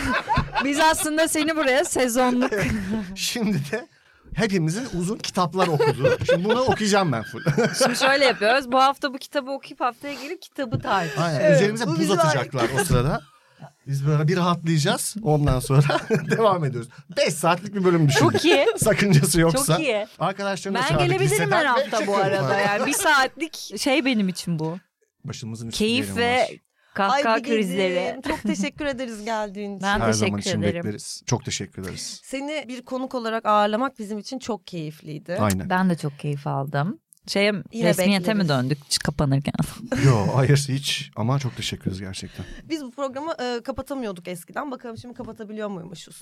Biz aslında seni buraya sezonluk. Şimdi de hepimizin uzun kitaplar okuduğu. Şimdi bunu okuyacağım ben full. Şimdi şöyle yapıyoruz. Bu hafta bu kitabı okuyup haftaya gelip kitabı tartışıyoruz. Aynen. Evet, Üzerimize bu buz bizim atacaklar o sırada. Biz böyle bir rahatlayacağız. Ondan sonra devam ediyoruz. Beş saatlik bir bölüm düşünün. Çok iyi. Sakıncası yoksa. Çok iyi. Arkadaşlarımla Ben çağırdık gelebilirim liseden her ve hafta çok bu iyi. arada. Yani bir saatlik şey benim için bu. Başımızın üstünde Keyif yerim ve var. kahkaha Bilgeciğim, krizleri. çok teşekkür ederiz geldiğin için. Ben Her zaman teşekkür için ederim. bekleriz. Çok teşekkür ederiz. Seni bir konuk olarak ağırlamak bizim için çok keyifliydi. Aynen. Ben de çok keyif aldım. Şeye Yine resmiyete mi bekleriz. döndük kapanırken? Yo hayır hiç ama çok teşekkür ederiz gerçekten. Biz bu programı e, kapatamıyorduk eskiden. Bakalım şimdi kapatabiliyor muymuşuz?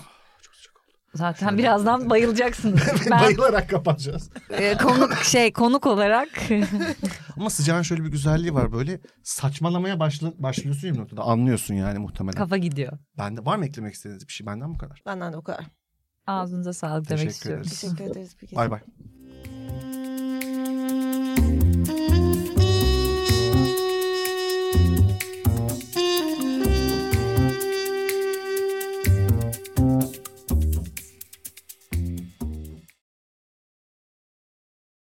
Zaten birazdan bayılacaksınız. Ben Bayılarak kapatacağız. e, konuk şey konuk olarak Ama sıcağın şöyle bir güzelliği var böyle saçmalamaya başla, başlıyorsun ya bir noktada anlıyorsun yani muhtemelen. kafa gidiyor. Bende var mı eklemek istediğiniz bir şey benden bu kadar. Benden de o kadar. Ağzınıza sağlık demek Teşekkür istiyorum. ederiz. Teşekkür ederiz. Bay bay.